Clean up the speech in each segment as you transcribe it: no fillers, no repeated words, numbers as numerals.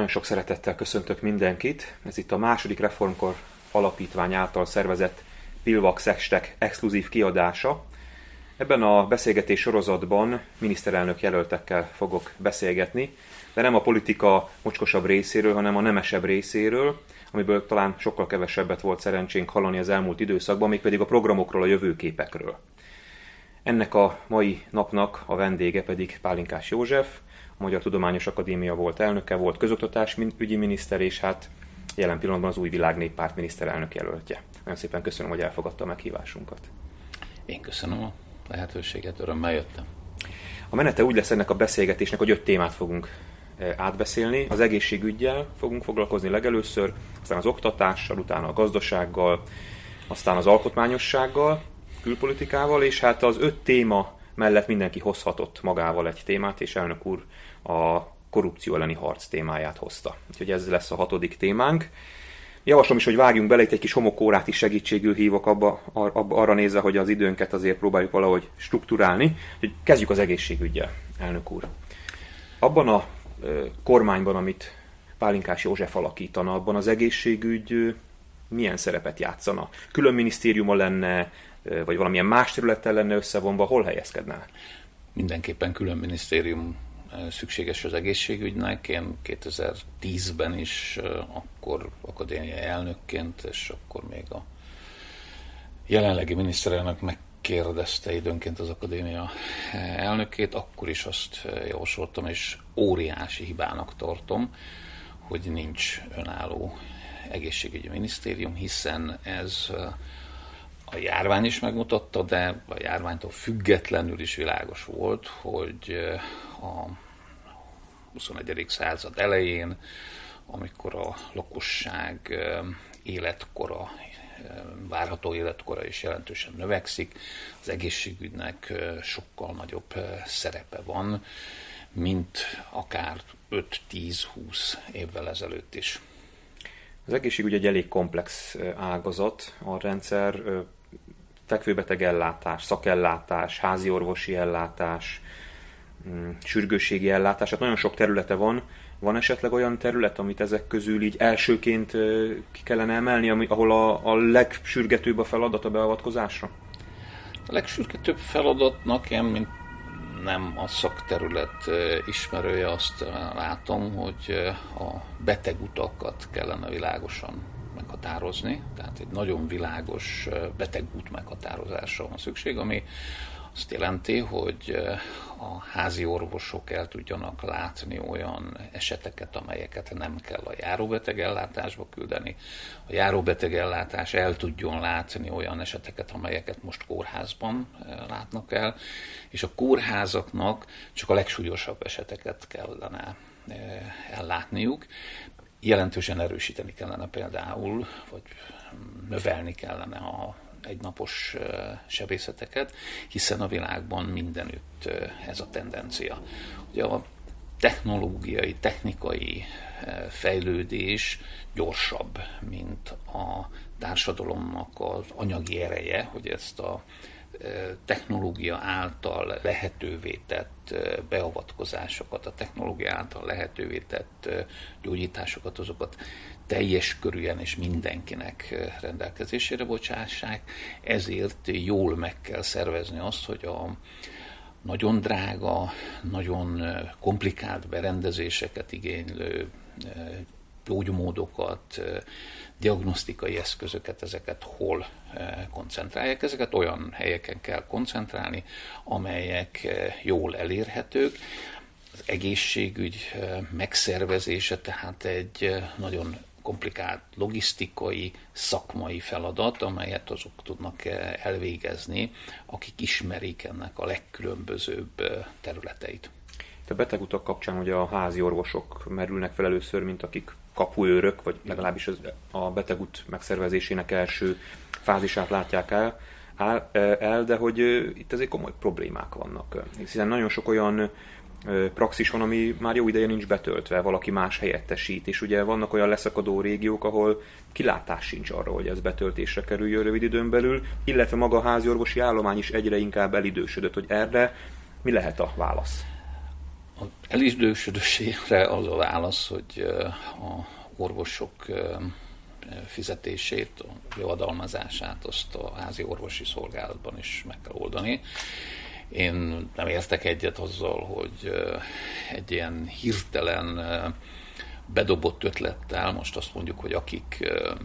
Nagyon sok szeretettel köszöntök mindenkit. Ez itt a második Reformkor Alapítvány által szervezett Pilvax Estek exkluzív kiadása. Ebben a beszélgetés sorozatban miniszterelnök jelöltekkel fogok beszélgetni, de nem a politika mocskosabb részéről, hanem a nemesebb részéről, amiből talán sokkal kevesebbet volt szerencsénk hallani az elmúlt időszakban, mégpedig a programokról, a jövőképekről. Ennek a mai napnak a vendége pedig Pálinkás József, a Magyar Tudományos Akadémia volt elnöke, volt közoktatásügyi miniszter, és hát jelen pillanatban az Új Világ Néppárt miniszterelnök jelöltje. Nagyon szépen köszönöm, hogy elfogadta a meghívásunkat. Én köszönöm a lehetőséget, örömmel jöttem. A menete úgy lesz ennek a beszélgetésnek, hogy 5 témát fogunk átbeszélni. Az egészségüggyel fogunk foglalkozni legelőször, aztán az oktatással, utána a gazdasággal, aztán az alkotmányossággal, külpolitikával, és hát az 5 téma mellett mindenki hozhatott magával egy témát, és elnök úr a korrupció elleni harc témáját hozta. Úgyhogy ez lesz a 6. témánk. Javaslom is, hogy vágjunk bele, itt egy kis homokórát is segítségül hívok arra nézve, hogy az időnket azért próbáljuk valahogy strukturálni. Úgyhogy kezdjük az egészségüggyel, elnök úr. Abban a kormányban, amit Pálinkás József alakítana, abban az egészségügy milyen szerepet játszana? Külön minisztériuma lenne, vagy valamilyen más területtel lenne összevonva, hol helyezkedne? Mindenképpen külön minisztérium szükséges az egészségügynek. Én 2010-ben is akkor akadémiai elnökként, és akkor még a jelenlegi miniszterelnök megkérdezte időnként az akadémia elnökét, akkor is azt javasoltam, és óriási hibának tartom, hogy nincs önálló egészségügyi minisztérium, hiszen ez a járvány is megmutatta, de a járványtól függetlenül is világos volt, hogy a 21. század elején, amikor a lakosság életkora, várható életkora is jelentősen növekszik, az egészségügynek sokkal nagyobb szerepe van, mint akár 5-10-20 évvel ezelőtt is. Az egészségügy egy elég komplex ágazat, a rendszer fekvőbeteg ellátás, szakellátás, háziorvosi ellátás, sürgősségi ellátás, hát nagyon sok területe van. Van esetleg olyan terület, amit ezek közül így elsőként ki kellene emelni, ahol a legsürgetőbb a feladat a beavatkozásra? A legsürgetőbb feladatnak én, mint nem a szakterület ismerője, azt látom, hogy a betegutakat kellene világosan meghatározni, tehát egy nagyon világos betegút meghatározásra van szükség, ami azt jelenti, hogy a házi orvosok el tudjanak látni olyan eseteket, amelyeket nem kell a járóbetegellátásba küldeni. A járóbetegellátás el tudjon látni olyan eseteket, amelyeket most kórházban látnak el, és a kórházaknak csak a legsúlyosabb eseteket kellene ellátniuk. Jelentősen erősíteni kellene például, vagy növelni kellene a egynapos sebészeteket, hiszen a világban mindenütt ez a tendencia. Ugye a technológiai, technikai fejlődés gyorsabb, mint a társadalomnak az anyagi ereje, hogy ezt a technológia által lehetővé tett beavatkozásokat, a technológia által lehetővé tett gyógyításokat, azokat teljes körűen és mindenkinek rendelkezésére bocsássák, ezért jól meg kell szervezni azt, hogy a nagyon drága, nagyon komplikált berendezéseket igénylő gyógymódokat, diagnosztikai eszközöket, ezeket hol koncentrálják. Ezeket olyan helyeken kell koncentrálni, amelyek jól elérhetők. Az egészségügy megszervezése tehát egy nagyon komplikált logisztikai, szakmai feladat, amelyet azok tudnak elvégezni, akik ismerik ennek a legkülönbözőbb területeit. A betegutak kapcsán ugye a házi orvosok merülnek fel először, mint akik kapuőrök, vagy legalábbis a betegut megszervezésének első fázisát látják el, de hogy itt azért komoly problémák vannak. Hiszen nagyon sok olyan praxis van, ami már jó ideje nincs betöltve, valaki más helyettesít, és ugye vannak olyan leszakadó régiók, ahol kilátás sincs arra, hogy ez betöltésre kerüljön rövid időn belül, illetve maga a háziorvosi állomány is egyre inkább elidősödött, hogy erre mi lehet a válasz? Elidősödésére az a válasz, hogy a orvosok fizetését, a javadalmazását, azt a házi orvosi szolgálatban is meg kell oldani. Én nem értek egyet azzal, hogy egy ilyen hirtelen bedobott ötlettel most azt mondjuk, hogy akik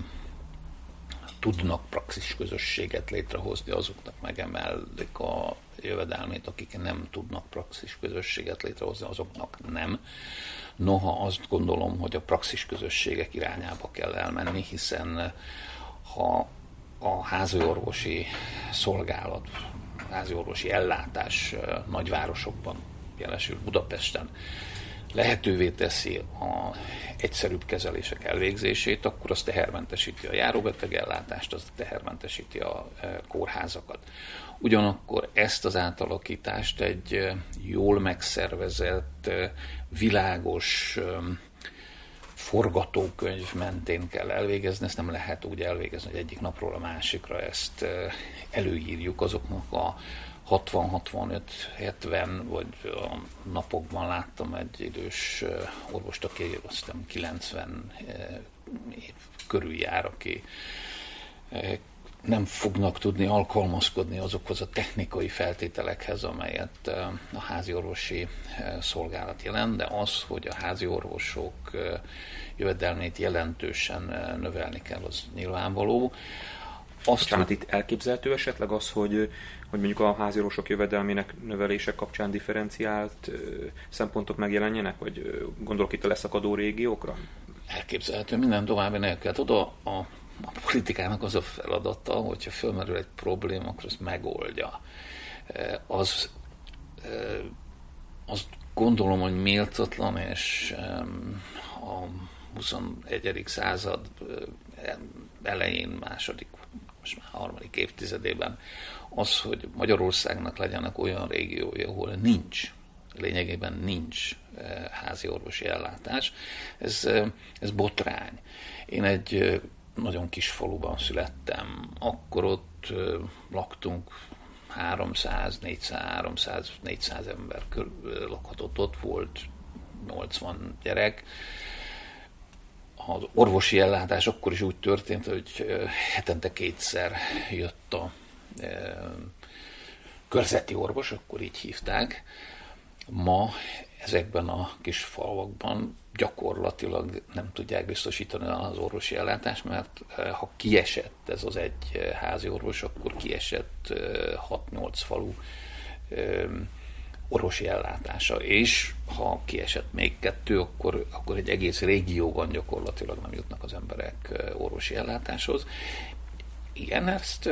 tudnak praxis közösséget létrehozni, azoknak megemelik a jövedelmét, akik nem tudnak praxis közösséget létrehozni, azoknak nem. Noha azt gondolom, hogy a praxis közösségek irányába kell elmenni, hiszen ha a háziorvosi szolgálat, háziorvosi ellátás nagyvárosokban, jelesül Budapesten lehetővé teszi a egyszerűbb kezelések elvégzését, akkor az tehermentesíti a járóbeteg ellátást, az tehermentesíti a kórházakat. Ugyanakkor ezt az átalakítást egy jól megszervezett, világos forgatókönyv mentén kell elvégezni, ezt nem lehet úgy elvégezni, hogy egyik napról a másikra ezt előírjuk azoknak a 60-65-70, vagy a napokban láttam egy idős orvost, aki azt hiszem 90 év körül jár, aki nem fognak tudni alkalmazkodni azokhoz a technikai feltételekhez, amelyet a háziorvosi szolgálat jelent, de az, hogy a háziorvosok jövedelmét jelentősen növelni kell, az nyilvánvaló. Bocsánat, itt elképzelhető esetleg az, hogy mondjuk a háziorvosok jövedelmének növelése kapcsán differenciált szempontok megjelenjenek, vagy gondolok itt a leszakadó régiókra? Elképzelhető, minden további nélkül. Oda a politikának az a feladata, hogyha fölmerül egy probléma, akkor azt megoldja. Azt gondolom, hogy méltatlan, és a 21. század elején, második, most már harmadik évtizedében az, hogy Magyarországnak legyenek olyan régiói, ahol lényegében nincs házi orvosi ellátás, ez botrány. Én egy nagyon kis faluban születtem, akkor ott laktunk 300-400 ember lakhatott, ott volt 80 gyerek. Az orvosi ellátás akkor is úgy történt, hogy hetente 2-szer jött a körzeti orvos, akkor így hívták. Ma ezekben a kis falvakban gyakorlatilag nem tudják biztosítani az orvosi ellátást, mert ha kiesett ez az egy házi orvos, akkor kiesett 6-8 falu orvosi ellátása, és ha kiesett még 2, akkor egy egész régióban gyakorlatilag nem jutnak az emberek orvosi ellátáshoz. Igen, ezt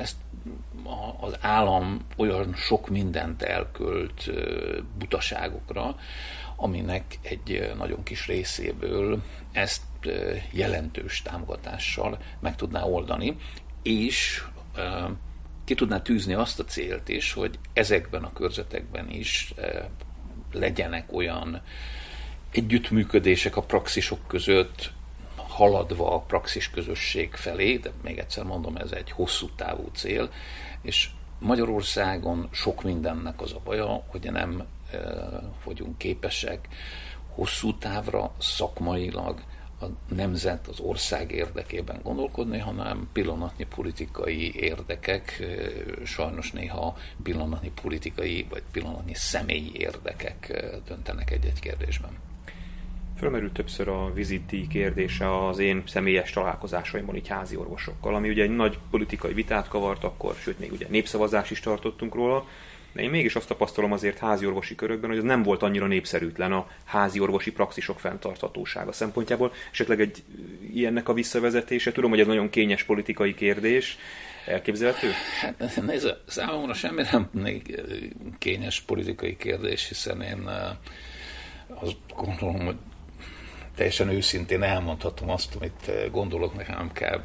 az állam olyan sok mindent elkölt butaságokra, aminek egy nagyon kis részéből ezt jelentős támogatással meg tudná oldani, és ki tudná tűzni azt a célt is, hogy ezekben a körzetekben is legyenek olyan együttműködések a praxisok között, haladva a praxis közösség felé, de még egyszer mondom, ez egy hosszú távú cél, és Magyarországon sok mindennek az a baja, hogy nem vagyunk képesek hosszú távra szakmailag a nemzet, az ország érdekében gondolkodni, hanem pillanatnyi politikai érdekek, sajnos néha pillanatnyi politikai vagy pillanatnyi személyi érdekek döntenek egy-egy kérdésben. Fölmerült többször a vizitdíj kérdése az én személyes találkozásaimban így házi orvosokkal, ami ugye egy nagy politikai vitát kavart akkor, sőt még ugye népszavazást is tartottunk róla, de én mégis azt tapasztalom azért házi orvosi körökben, hogy ez nem volt annyira népszerűtlen a házi orvosi praxisok fenntarthatósága szempontjából. Esetleg egy ilyennek a visszavezetése, tudom, hogy ez nagyon kényes politikai kérdés, elképzelhető? Hát nézd, számomra semmi nem kényes politikai kérdés, hiszen én azt gondolom, hogy teljesen őszintén elmondhatom azt, amit gondolok, nekem kell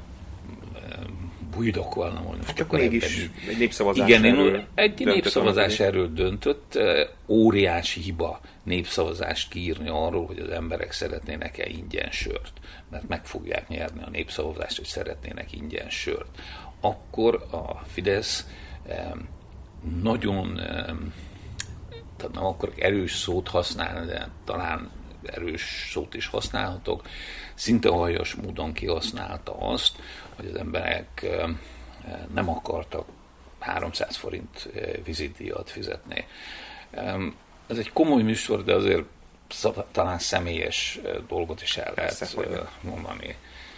bújdokolnom, hogy most csak mégis egy népszavazás erről döntött. Óriási hiba népszavazást kiírni arról, hogy az emberek szeretnének-e ingyen sört, mert meg fogják nyerni a népszavazást, hogy szeretnének ingyen sört. Akkor a Fidesz nagyon tehát nem akarok erős szót használni, de talán erős szót is használhatok, szinte aljas módon kihasználta azt, hogy az emberek nem akartak 300 forint vizitdíjat fizetni. Ez egy komoly műsor, de azért talán személyes dolgot is el lehet mondani.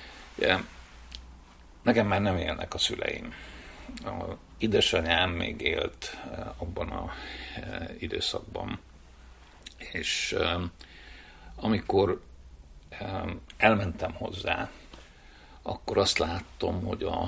Nekem már nem élnek a szüleim. A édesanyám még élt abban az időszakban. És amikor elmentem hozzá, akkor azt láttam, hogy a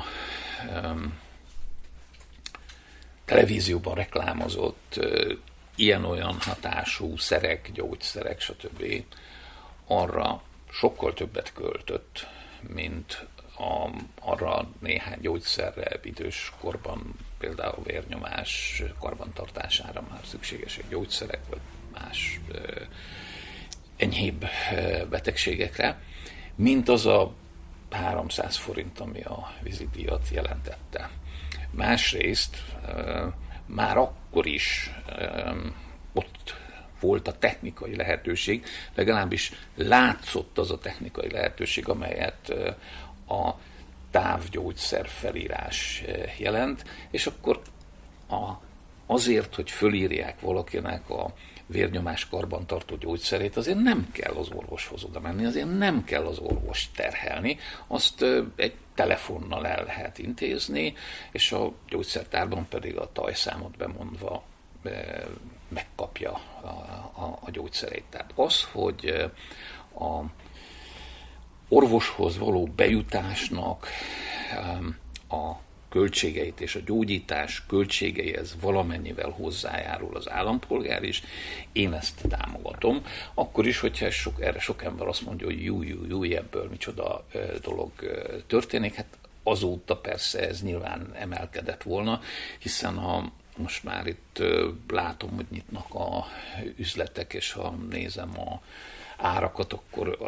televízióban reklámozott ilyen-olyan hatású szerek, gyógyszerek, stb. Arra sokkal többet költött, mint arra néhány gyógyszerre idős korban, például vérnyomás karbantartására már szükségesek gyógyszerek, vagy más enyhébb betegségekre, mint az a 300 forint, ami a vizitdíjat jelentette. Másrészt már akkor is ott volt a technikai lehetőség, legalábbis látszott az a technikai lehetőség, amelyet a távgyógyszer felírás jelent, és akkor azért, hogy fölírják valakinek a vérnyomás karbantartó gyógyszerét, azért nem kell az orvoshoz oda menni, azért nem kell az orvost terhelni, azt egy telefonnal el lehet intézni, és a gyógyszertárban pedig a tajszámot bemondva megkapja a gyógyszerét. Tehát az, hogy a orvoshoz való bejutásnak a költségeit és a gyógyítás költségeihez valamennyivel hozzájárul az állampolgár is, én ezt támogatom. Akkor is, hogyha erre sok ember azt mondja, hogy jó, ebből micsoda dolog történik, hát azóta persze ez nyilván emelkedett volna, hiszen ha most már itt látom, hogy nyitnak a üzletek, és ha nézem a árakat, akkor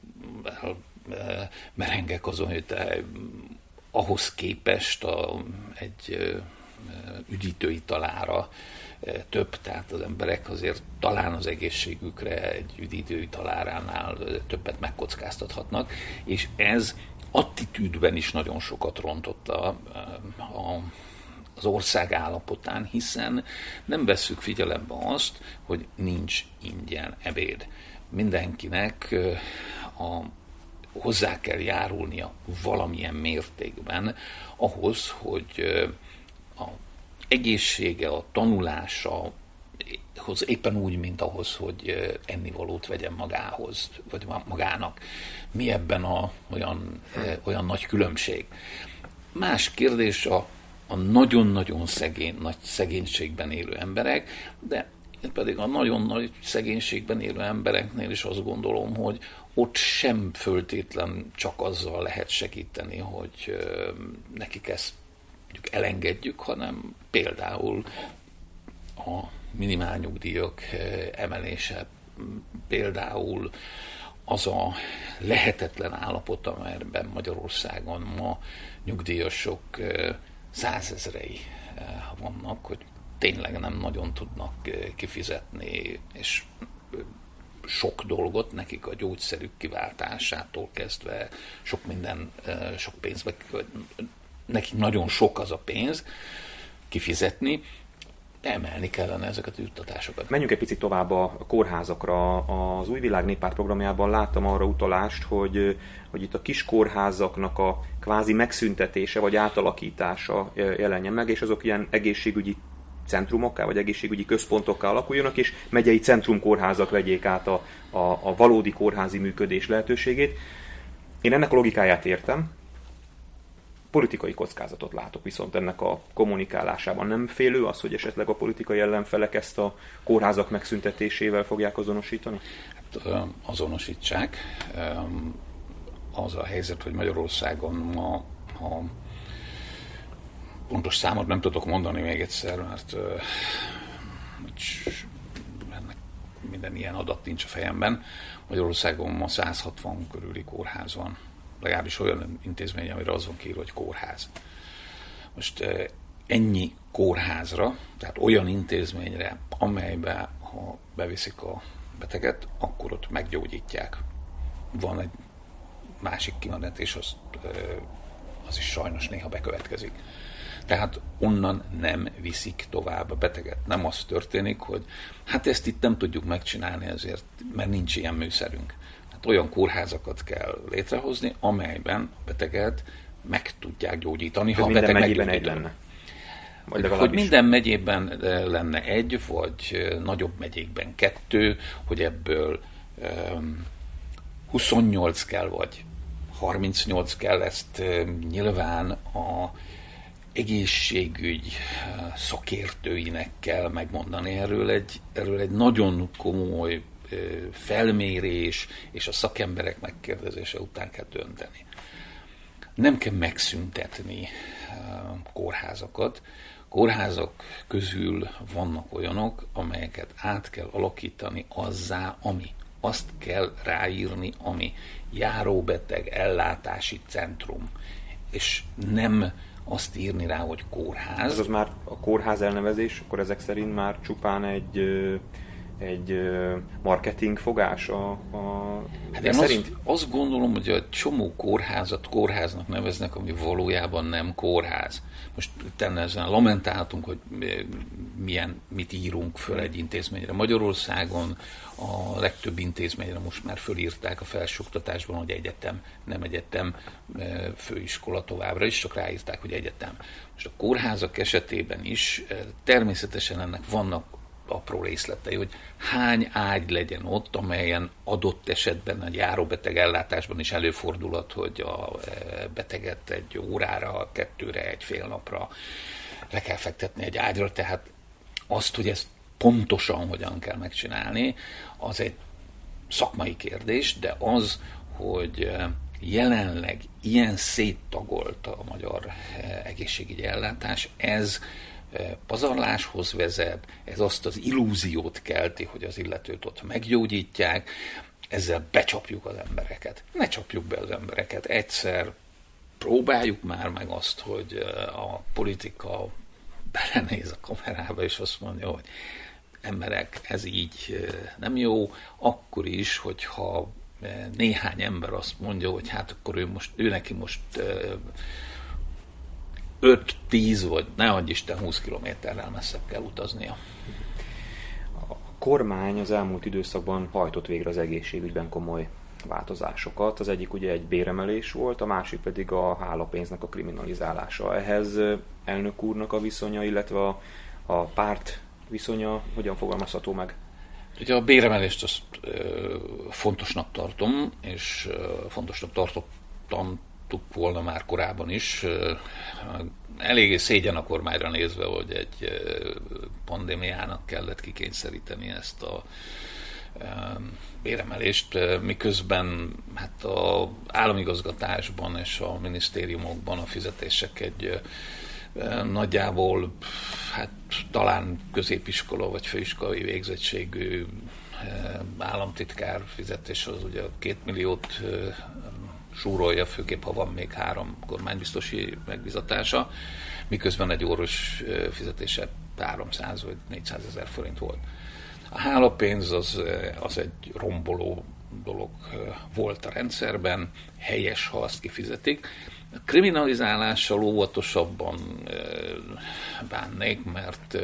merengek azon, hogy ahhoz képest egy üdítőitalára több, tehát az emberek azért talán az egészségükre egy üdítőitaláránál többet megkockáztathatnak, és ez attitűdben is nagyon sokat rontott az ország állapotán, hiszen nem vesszük figyelembe azt, hogy nincs ingyen ebéd. Mindenkinek hozzá kell járulnia valamilyen mértékben ahhoz, hogy az egészsége, a tanulása éppen úgy, mint ahhoz, hogy ennivalót vegyen magához, vagy magának. Mi ebben olyan nagy különbség? Más kérdés a nagyon-nagyon nagy szegénységben élő emberek, de én pedig a nagyon nagy szegénységben élő embereknél is azt gondolom, hogy ott sem föltétlen csak azzal lehet segíteni, hogy nekik ezt mondjuk elengedjük, hanem például a minimálnyugdíjak emelése, például az a lehetetlen állapot, amelyben Magyarországon ma nyugdíjasok 100 000 vannak, hogy tényleg nem nagyon tudnak kifizetni, és sok dolgot, nekik a gyógyszerük kiváltásától kezdve sok pénzbe, nekik nagyon sok az a pénz kifizetni, de emelni kellene ezeket a juttatásokat. Menjünk egy picit tovább a kórházakra. Az Új Világ Néppárt programjában láttam arra utalást, hogy itt a kis kórházaknak a kvázi megszüntetése vagy átalakítása jelenjen meg, és azok ilyen egészségügyi centrumokká, vagy egészségügyi központokká alakuljanak, és megyei centrumkórházak vegyék át a valódi kórházi működés lehetőségét. Én ennek a logikáját értem, politikai kockázatot látok viszont ennek a kommunikálásában. Nem félő az, hogy esetleg a politikai ellenfelek ezt a kórházak megszüntetésével fogják azonosítani? Hát, azonosítsák. Az a helyzet, hogy Magyarországon ma pontos számot nem tudok mondani még egyszer, mert minden ilyen adat nincs a fejemben. Magyarországon ma 160 körüli kórház van. Legalábbis olyan intézmény, amire az van kiírva, hogy kórház. Most ennyi kórházra, tehát olyan intézményre, amelybe ha beviszik a beteget, akkor ott meggyógyítják. Van egy másik kimenet, és az is sajnos néha bekövetkezik. Tehát onnan nem viszik tovább a beteget. Nem az történik, hogy hát ezt itt nem tudjuk megcsinálni ezért, mert nincs ilyen műszerünk. Hát olyan kórházakat kell létrehozni, amelyben a beteget meg tudják gyógyítani, ha a beteg meggyógyítani. Hogy minden megyében lenne egy, vagy nagyobb megyékben 2, hogy ebből 28 kell, vagy 38 kell, ezt nyilván a egészségügy szakértőinek kell megmondani. Erről egy nagyon komoly felmérés és a szakemberek megkérdezése után kell dönteni. Nem kell megszüntetni kórházakat. Kórházak közül vannak olyanok, amelyeket át kell alakítani azzá, ami. Azt kell ráírni, ami járóbeteg ellátási centrum. És nem azt írni rá, hogy kórház. Ez az már a kórház elnevezés, akkor ezek szerint már csupán egy marketing fogás Hát én azt gondolom, hogy a csomó kórházat kórháznak neveznek, ami valójában nem kórház. Most ezen lamentáltunk, hogy mit írunk föl egy intézményre. Magyarországon a legtöbb intézményre most már fölírták a felsőoktatásban, hogy egyetem, nem egyetem, főiskola továbbra is, csak ráírták, hogy egyetem. Most a kórházak esetében is természetesen ennek vannak apró részletei, hogy hány ágy legyen ott, amelyen adott esetben a járóbeteg ellátásban is előfordulhat, hogy a beteget egy órára, 2-re, egy fél napra le kell fektetni egy ágyra, tehát azt, hogy ezt pontosan hogyan kell megcsinálni, az egy szakmai kérdés, de az, hogy jelenleg ilyen széttagolt a magyar egészségügyi ellátás, ez pazarláshoz vezet, ez azt az illúziót kelti, hogy az illetőt ott meggyógyítják, ezzel becsapjuk az embereket. Ne csapjuk be az embereket. Egyszer próbáljuk már meg azt, hogy a politika belenéz a kamerába, és azt mondja, hogy emberek, ez így nem jó, akkor is, hogyha néhány ember azt mondja, hogy hát akkor ő neki most 5-10 vagy ne adj Isten 20 kilométerrel messzebb kell utaznia. A kormány az elmúlt időszakban hajtott végre az egészségügyben komoly változásokat. Az egyik ugye egy béremelés volt, a másik pedig a hálapénznek a kriminalizálása. Ehhez elnök úrnak a viszonya, illetve a párt viszonya hogyan fogalmazható meg? Ugye a béremelést azt fontosnak tartom, és fontosnak tartottam volna már korábban is. Eléggé szégyen a kormányra nézve, hogy egy pandémiának kellett kikényszeríteni ezt a béremelést, miközben hát az államigazgatásban és a minisztériumokban a fizetések egy nagyjából hát talán középiskola vagy főiskolai végzettségű államtitkár fizetés az ugye 2 milliót súrolja, főképp ha van még 3 kormánybiztosi megbízatása, miközben egy orvos fizetése 300 vagy 400 ezer forint volt. A hálapénz az egy romboló dolog volt a rendszerben, helyes, ha azt kifizetik. A kriminalizálással óvatosabban bánnék, mert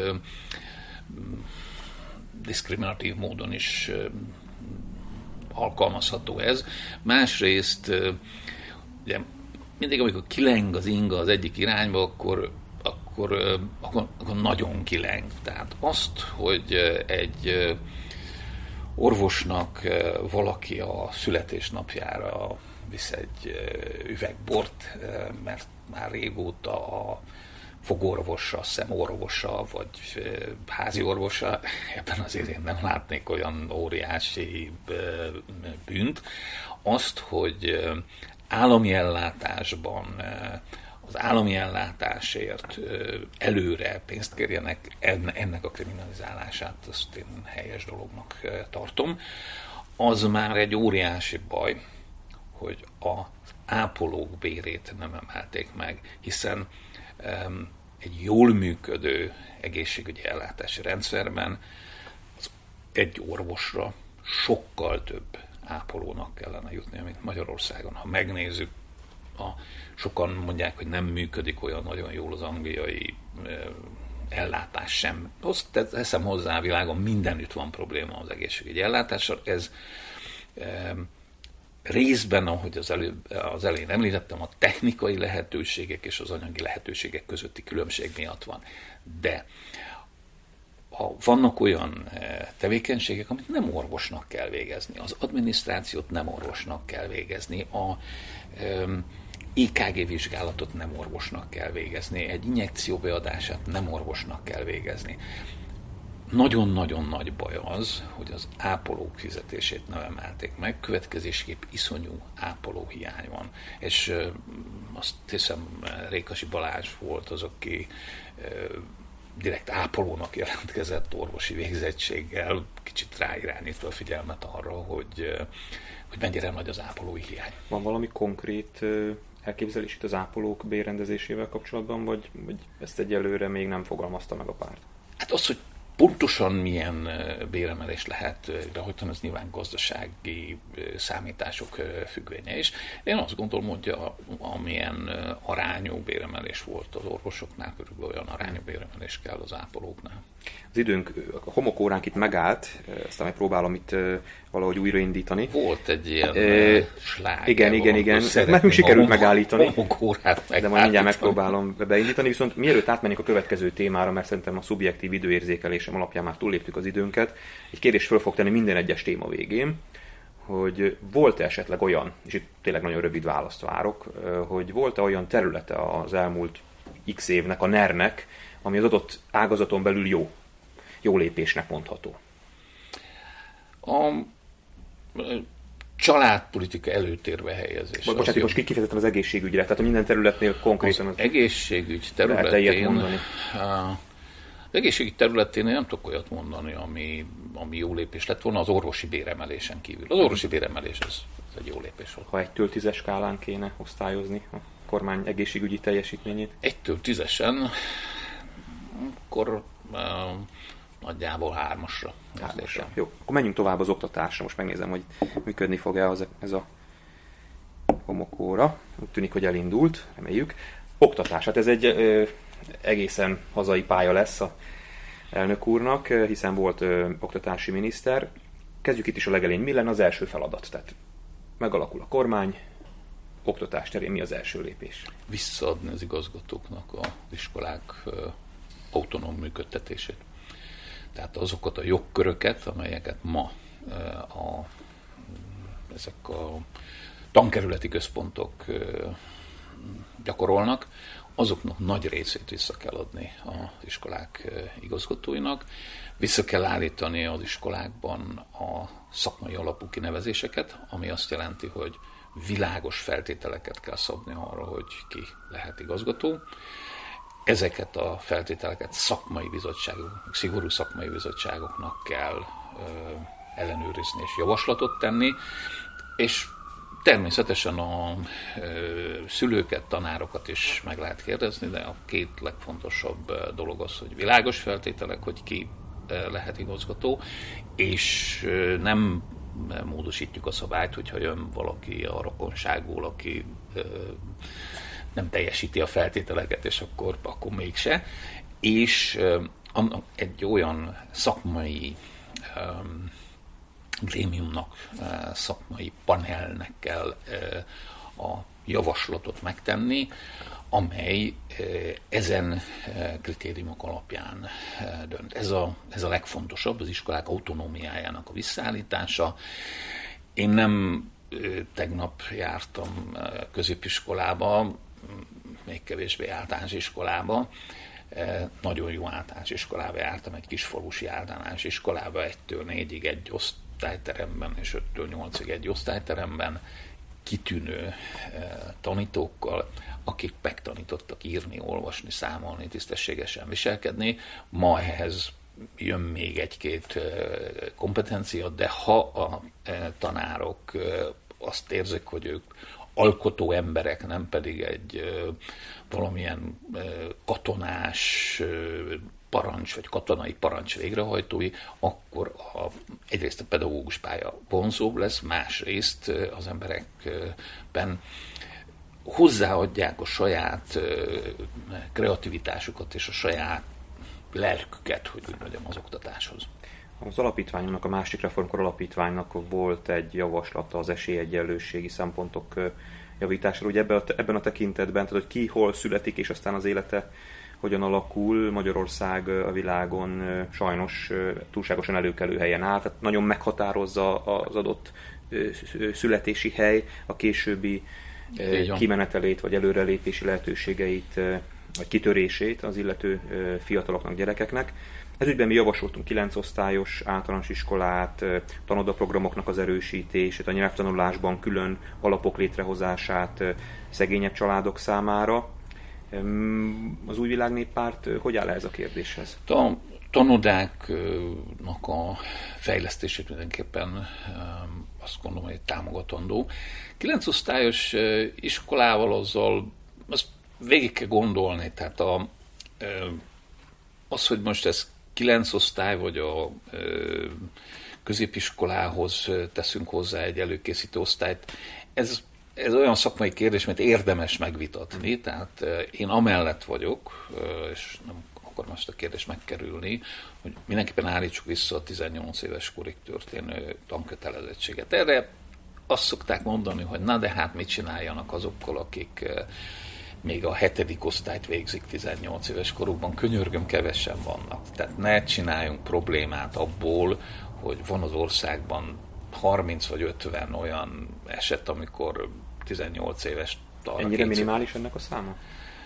diszkriminatív módon is alkalmazható ez. Másrészt ugye, mindig, amikor kileng az inga az egyik irányba, akkor nagyon kileng. Tehát azt, hogy egy orvosnak valaki a születésnapjára visz egy üveg bort, mert már régóta a fogorvosa, szemorvosa, vagy házi orvosa, ebben azért én nem látnék olyan óriási bűnt. Azt, hogy állami ellátásban az állami ellátásért előre pénzt kérjenek, ennek a kriminalizálását azt én helyes dolognak tartom. Az már egy óriási baj, hogy az ápolók bérét nem emelték meg, hiszen egy jól működő egészségügyi ellátási rendszerben az egy orvosra sokkal több ápolónak kellene jutnia, mint Magyarországon. Ha megnézzük, sokan mondják, hogy nem működik olyan nagyon jól az angliai ellátás sem. Teszem hozzá, a világon mindenütt van probléma az egészségügyi ellátással. Ez részben, ahogy az elején említettem, a technikai lehetőségek és az anyagi lehetőségek közötti különbség miatt van. De vannak olyan tevékenységek, amit nem orvosnak kell végezni. Az adminisztrációt nem orvosnak kell végezni. A EKG vizsgálatot nem orvosnak kell végezni. Egy injekció beadását nem orvosnak kell végezni. Nagyon-nagyon nagy baj az, hogy az ápolók fizetését nem emelték meg, következésképp iszonyú ápolóhiány van. És azt hiszem, Rékasi Balázs volt az, aki direkt ápolónak jelentkezett orvosi végzettséggel, kicsit ráirányítva a figyelmet arra, hogy mennyire nagy az ápolói hiány. Van valami konkrét elképzelés itt az ápolók bérrendezésével kapcsolatban, vagy ezt egyelőre még nem fogalmazta meg a párt? Hát az, hogy pontosan milyen béremelést lehet behajtani, az nyilván gazdasági számítások függvénye is. Én azt gondolom, hogy amilyen arányú béremelés volt az orvosoknál, körülbelül olyan arányú béremelés kell az ápolóknál. Az időnk, a homokóránk itt megállt, aztán megpróbálom itt valahogy újraindítani. Volt egy ilyen sláger. Igen. Nekünk sikerült megállítani, homokórát de majd mindjárt megpróbálom beindítani. Viszont mielőtt átmenjünk a következő témára, mert szerintem a szubjektív időérzékelésem alapján már túlléptük az időnket, egy kérdést föl fog tenni minden egyes téma végén, hogy volt-e esetleg olyan, és itt tényleg nagyon rövid választ várok, hogy volt-e olyan területe az elmúlt x évnek, a NER-nek, ami az adott ágazaton belül jó lépésnek mondható? A családpolitika előtérbe helyezés. Bocsánat, most kifejezetten az egészségügyre, tehát a minden területnél konkrétan az egészségügy területén... Az egészségügy területén nem tudok olyat mondani, ami jó lépés lett volna az orvosi béremelésen kívül. Az orvosi béremelés ez egy jó lépés volt. Ha 1-től 10-es skálán kéne osztályozni a kormány egészségügyi teljesítményét? 1-től 10-esen, akkor nagyjából 3-asra. Jó, akkor menjünk tovább az oktatásra. Most megnézem, hogy működni fog-e ez a homokóra. Úgy tűnik, hogy elindult, reméljük. Oktatás, hát ez egy egészen hazai pálya lesz a elnök úrnak, hiszen volt oktatási miniszter. Kezdjük itt is a legelején. Mi lenne az első feladat? Tehát megalakul a kormány, oktatás terén mi az első lépés? Visszaadni az igazgatóknak az iskolák autonóm működtetését. Tehát azokat a jogköröket, amelyeket ma ezek a tankerületi központok gyakorolnak, azoknak nagy részét vissza kell adni az iskolák igazgatóinak. Vissza kell állítani az iskolákban a szakmai alapú kinevezéseket, ami azt jelenti, hogy világos feltételeket kell szabni arra, hogy ki lehet igazgató. Ezeket a feltételeket szakmai bizottságok, szigorú szakmai bizottságoknak kell ellenőrizni és javaslatot tenni, és természetesen a szülőket, tanárokat is meg lehet kérdezni, de a két legfontosabb dolog az, hogy világos feltételek, hogy ki lehet igazgató, és nem módosítjuk a szabályt, hogyha jön valaki a rokonságból, aki nem teljesíti a feltételeket, és akkor mégse. És egy olyan szakmai grémiumnak, szakmai panelnek kell a javaslatot megtenni, amely ezen kritériumok alapján dönt. Ez a legfontosabb, az iskolák autonómiájának a visszaállítása. Én nem tegnap jártam középiskolába, még kevésbé általános iskolába. Nagyon jó általános iskolába jártam, egy kisfalusi általános iskolába, 1-től 4-ig egy osztályteremben, és 5-től 8-ig egy osztályteremben, kitűnő tanítókkal, akik megtanítottak írni, olvasni, számolni, tisztességesen viselkedni. Ma ehhez jön még egy-két kompetencia, de ha a tanárok azt érzik, hogy ők alkotó emberek, nem pedig egy valamilyen katonás parancs, vagy katonai parancs végrehajtói, akkor egyrészt a pedagógus pálya vonzóbb lesz, másrészt az emberekben hozzáadják a saját kreativitásukat és a saját lelküket, hogy úgy mondjam, az oktatáshoz. Az alapítványnak, a másik reformkor alapítványnak volt egy javaslata az esélyegyenlőségi szempontok javítására. Ugye ebben a tekintetben, tehát hogy ki hol születik, és aztán az élete hogyan alakul, Magyarország a világon sajnos túlságosan előkelő helyen áll, tehát nagyon meghatározza az adott születési hely a későbbi kimenetelét, vagy előrelépési lehetőségeit, vagy kitörését az illető fiataloknak, gyerekeknek. Ezügyben mi javasoltunk 9 osztályos általános iskolát, tanodaprogramoknak az erősítését, a nyelvtanulásban külön alapok létrehozását szegényebb családok számára. Az Új Világ Néppárt hogy áll ez a kérdéshez? A tanodáknak a fejlesztését mindenképpen azt gondolom, hogy támogatandó. 9 osztályos iskolával azzal azt végig kell gondolni, tehát az, hogy most ez 9 osztály, vagy a középiskolához teszünk hozzá egy előkészítő osztályt, ez olyan szakmai kérdés, mert érdemes megvitatni, tehát én amellett vagyok, és nem akarom azt a kérdést megkerülni, hogy mindenképpen állítsuk vissza a 18 éves korig történő tankötelezettséget. Erre azt szokták mondani, hogy na de hát mit csináljanak azokkal, akik még a 7. osztályt végzik 18 éves korukban, könyörgöm, kevesen vannak. Tehát ne csináljunk problémát abból, hogy van az országban 30 vagy 50 olyan eset, amikor 18 éves talán. Ennyire minimális ennek a száma?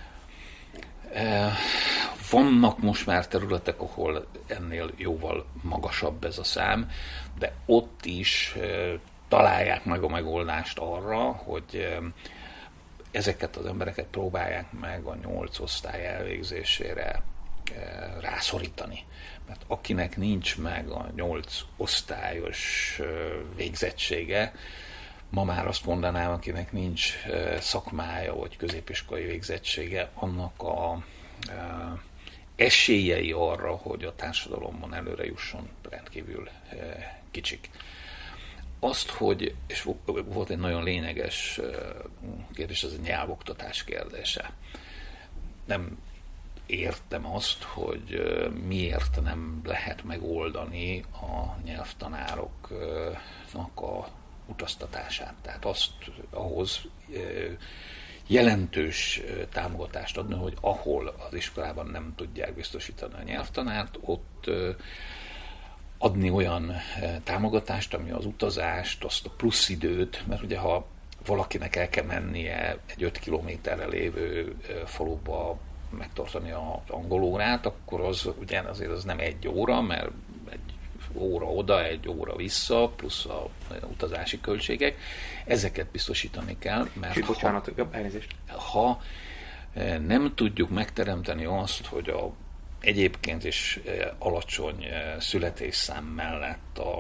Vannak most már területek, ahol ennél jóval magasabb ez a szám, de ott is találják meg a megoldást arra, hogy ezeket az embereket próbálják meg a 8 osztály elvégzésére rászorítani. Mert akinek nincs meg a 8 osztályos végzettsége, ma már azt mondanám, akinek nincs szakmája vagy középiskolai végzettsége, annak a esélyei arra, hogy a társadalomban előre jusson, rendkívül kicsik. Azt, hogy, és volt egy nagyon lényeges kérdés, ez a nyelvoktatás kérdése. Nem értem azt, hogy miért nem lehet megoldani a nyelvtanároknak a utaztatását. Tehát ahhoz jelentős támogatást adni, hogy ahol az iskolában nem tudják biztosítani a nyelvtanárt, ott adni olyan támogatást, ami az utazást, azt a plusz időt, mert ugye ha valakinek el kell mennie egy 5 kilométerre lévő faluba megtartani az angol órát, akkor az ugye azért az nem 1 óra, mert 1 óra oda, 1 óra vissza, plusz a utazási költségek. Ezeket biztosítani kell, mert ha nem tudjuk megteremteni azt, hogy egyébként is alacsony születésszám mellett a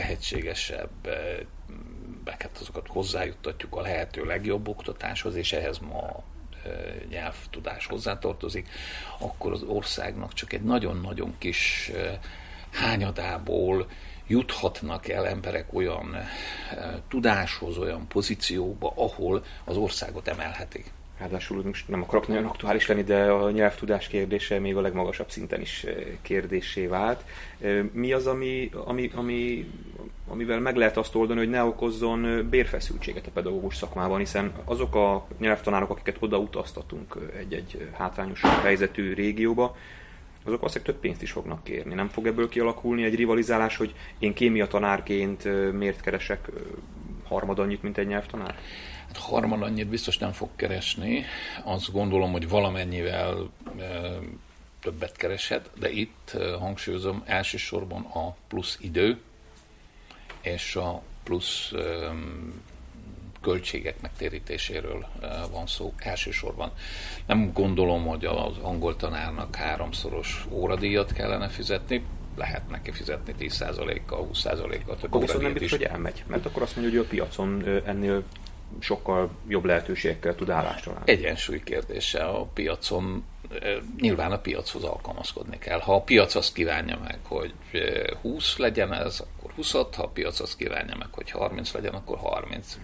legtehetségesebbeket azokat hozzájuttatjuk a lehető legjobb oktatáshoz, és ehhez ma nyelvtudás hozzátartozik, akkor az országnak csak egy nagyon-nagyon kis hányadából juthatnak el emberek olyan tudáshoz, olyan pozícióba, ahol az országot emelhetik. Ráadásul most nem akarok nagyon aktuális lenni, de a nyelvtudás kérdése még a legmagasabb szinten is kérdéssé vált. Mi az, amivel meg lehet azt oldani, hogy ne okozzon bérfeszültséget a pedagógus szakmában, hiszen azok a nyelvtanárok, akiket odautaztatunk egy hátrányos helyzetű régióba, azok valószínűleg több pénzt is fognak kérni. Nem fog ebből kialakulni egy rivalizálás, hogy én kémia tanárként miért keresek harmad annyit, mint egy nyelvtanár? Hát harmad annyit biztos nem fog keresni. Azt gondolom, hogy valamennyivel többet kereshet, de itt hangsúlyozom, elsősorban a plusz idő és a plusz költségek megtérítéséről van szó elsősorban. Nem gondolom, hogy az angol tanárnak 3-szoros óradíjat kellene fizetni, lehet neki fizetni 10%-kal, 20%-kal több óradíjat is. Nem biztos, hogy elmegy, mert akkor azt mondja, hogy a piacon ennél sokkal jobb lehetőségekkel tud állást találni. Egyensúly kérdése a piacon. Nyilván a piachoz alkalmazkodni kell. Ha a piac azt kívánja meg, hogy 20 legyen ez, akkor 20-at, ha a piac azt kívánja meg, hogy 30 legyen, akkor 30.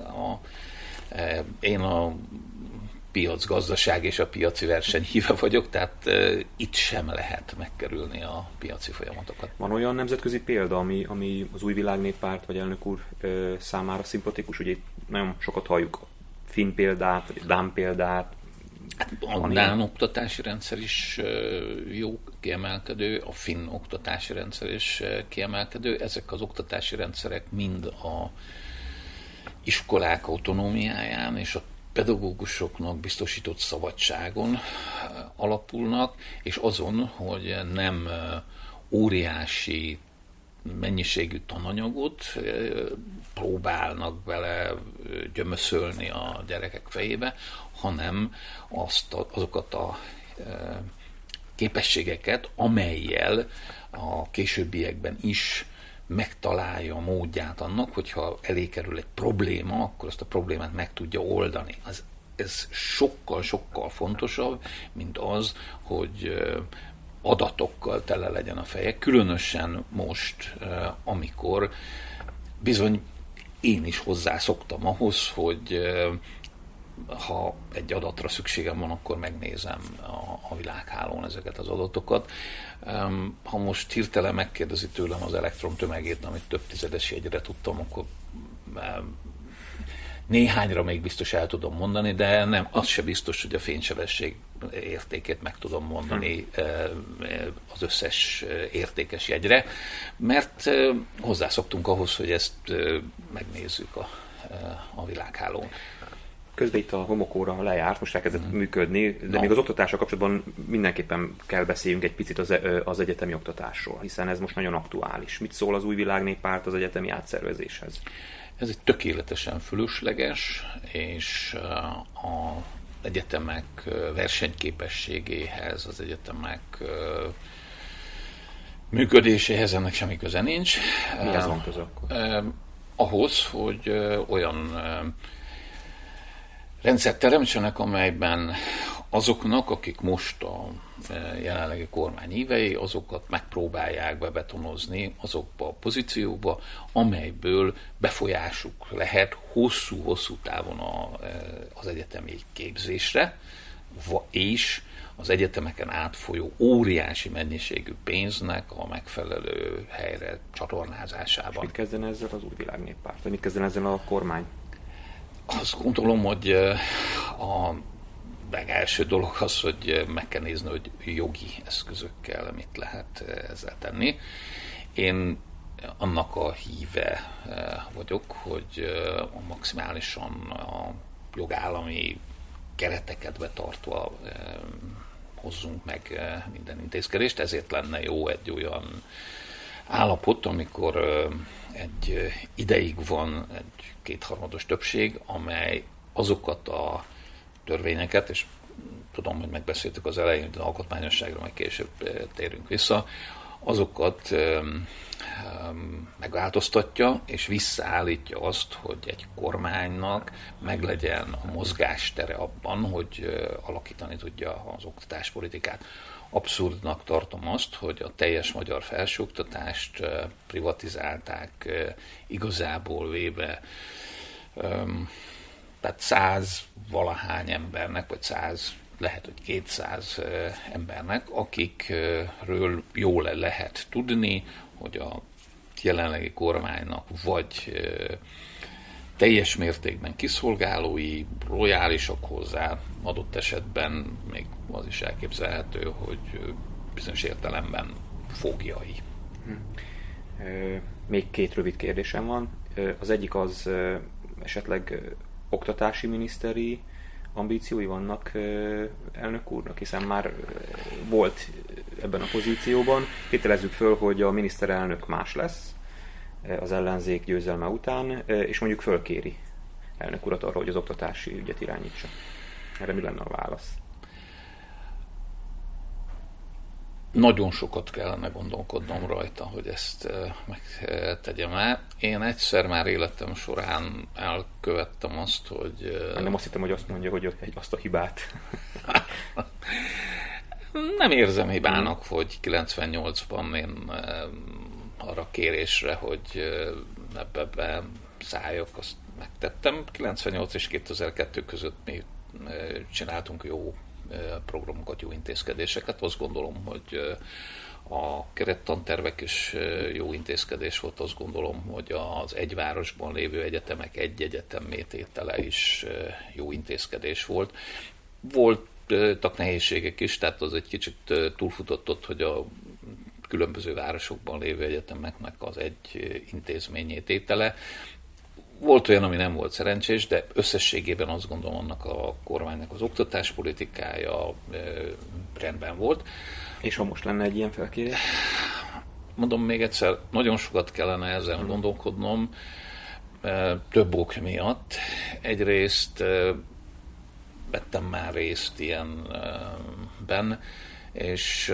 Én a piacgazdaság és a piaci verseny híve vagyok, tehát itt sem lehet megkerülni a piaci folyamatokat. Van olyan nemzetközi példa, ami az Új Világnéppárt vagy elnök úr számára szimpatikus? Ugye nagyon sokat halljuk a finn példát, vagy a dán példát. Hát a dán oktatási rendszer is jó, kiemelkedő, a finn oktatási rendszer is kiemelkedő. Ezek az oktatási rendszerek mind a iskolák autonómiáján és a pedagógusoknak biztosított szabadságon alapulnak, és azon, hogy nem óriási mennyiségű tananyagot próbálnak vele gyömöszölni a gyerekek fejébe, hanem azokat a képességeket, amellyel a későbbiekben is megtalálja a módját annak, hogyha elé kerül egy probléma, akkor azt a problémát meg tudja oldani. Ez sokkal fontosabb, mint az, hogy adatokkal tele legyen a feje, különösen most, amikor bizony én is hozzászoktam ahhoz, hogy ha egy adatra szükségem van, akkor megnézem a világhálón ezeket az adatokat. Ha most hirtelen megkérdezi tőlem az elektron tömegét, amit több tizedes jegyre tudtam, akkor néhányra még biztos el tudom mondani, de nem, az se biztos, hogy a fénysebesség értékét meg tudom mondani az összes értékes jegyre, mert hozzászoktunk ahhoz, hogy ezt megnézzük a világhálón. Közben itt a homokóra lejárt, most elkezdett működni, de még az oktatással kapcsolatban mindenképpen kell beszéljünk egy picit az egyetemi oktatásról, hiszen ez most nagyon aktuális. Mit szól az Új Világnéppárt az egyetemi átszervezéshez? Ez egy tökéletesen fölösleges, és az egyetemek versenyképességéhez, az egyetemek működéséhez ennek semmi köze nincs. Mihez van köze akkor? Ahhoz, hogy olyan rendszert teremtsenek, amelyben azoknak, akik most a jelenlegi kormány hívei, azokat megpróbálják bebetonozni azokba a pozícióba, amelyből befolyásuk lehet hosszú távon az egyetemi képzésre, és az egyetemeken átfolyó óriási mennyiségű pénznek a megfelelő helyre csatornázásában. És mit kezdene ezzel az Új Világnéppárt? Vagy mit kezdene ezzel a kormány? Azt gondolom, hogy a legelső dolog az, hogy meg kell nézni, hogy jogi eszközökkel mit lehet ezzel tenni. Én annak a híve vagyok, hogy maximálisan a jogállami kereteket betartva hozzunk meg minden intézkedést, ezért lenne jó egy olyan állapot, amikor egy ideig van egy kétharmados többség, amely azokat a törvényeket, és tudom, hogy megbeszéltük az elején, hogy az alkotmányosságra majd később térünk vissza, azokat megváltoztatja, és visszaállítja azt, hogy egy kormánynak meglegyen a mozgástere abban, hogy alakítani tudja az oktatáspolitikát. Abszurdnak tartom azt, hogy a teljes magyar felsőoktatást privatizálták igazából véve, tehát 100 valahány embernek, vagy 100, lehet, hogy 200 embernek, akikről jól lehet tudni, hogy a jelenlegi kormánynak vagy teljes mértékben kiszolgálói, lojálisak hozzá, adott esetben még az is elképzelhető, hogy bizonyos értelemben foglyai. Még két rövid kérdésem van. Az egyik az esetleg oktatási miniszteri ambíciói vannak elnök úrnak, hiszen már volt ebben a pozícióban. Tételezzük föl, hogy a miniszterelnök más lesz az ellenzék győzelme után, és mondjuk fölkéri elnök urat arra, hogy az oktatási ügyet irányítsa. Erre mi lenne a válasz? nagyon sokat kellene gondolkodnom rajta, hogy ezt megtegyem el. Én egyszer már életem során elkövettem azt, hogy... Nem azt hittem, hogy azt mondja, hogy azt a hibát. Nem érzem hibának, hogy 98-ban én arra kérésre, hogy ebbe szálljak, azt megtettem. 98 és 2002 között mi csináltunk jó programokat, jó intézkedéseket. Azt gondolom, hogy a kerettantervek is jó intézkedés volt. Azt gondolom, hogy az egy városban lévő egyetemek egy egyetemmé tétele is jó intézkedés volt. Voltak nehézségek is, tehát az egy kicsit túlfutott ott, hogy a különböző városokban lévő egyetemeknek az egy intézményé tétele. Volt olyan, ami nem volt szerencsés, de összességében azt gondolom, annak a kormánynak az oktatáspolitikája rendben volt. És ha most lenne egy ilyen felkérés? Mondom még egyszer, nagyon sokat kellene ezen gondolkodnom, több ok miatt. Egyrészt vettem már részt ilyenben, és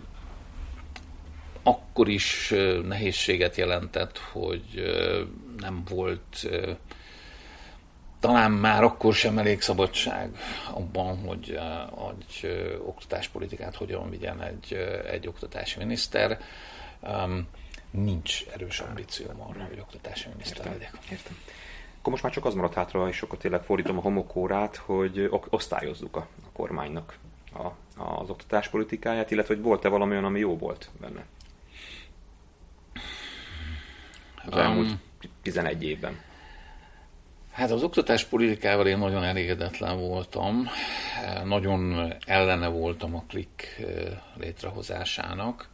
akkor is nehézséget jelentett, hogy nem volt talán már akkor sem elég szabadság abban, hogy oktatáspolitikát hogyan vigyen egy oktatási miniszter. Nincs erős ambícióm arra, hogy oktatási miniszter legyek. Értem. Akkor most már csak az maradt hátra, és akkor tényleg fordítom a homokórát, hogy osztályozzuk a kormánynak az oktatáspolitikáját, illetve hogy volt-e valami olyan, ami jó volt benne az elmúlt 11 évben. Hát az oktatáspolitikával én nagyon elégedetlen voltam, nagyon ellene voltam a klik létrehozásának.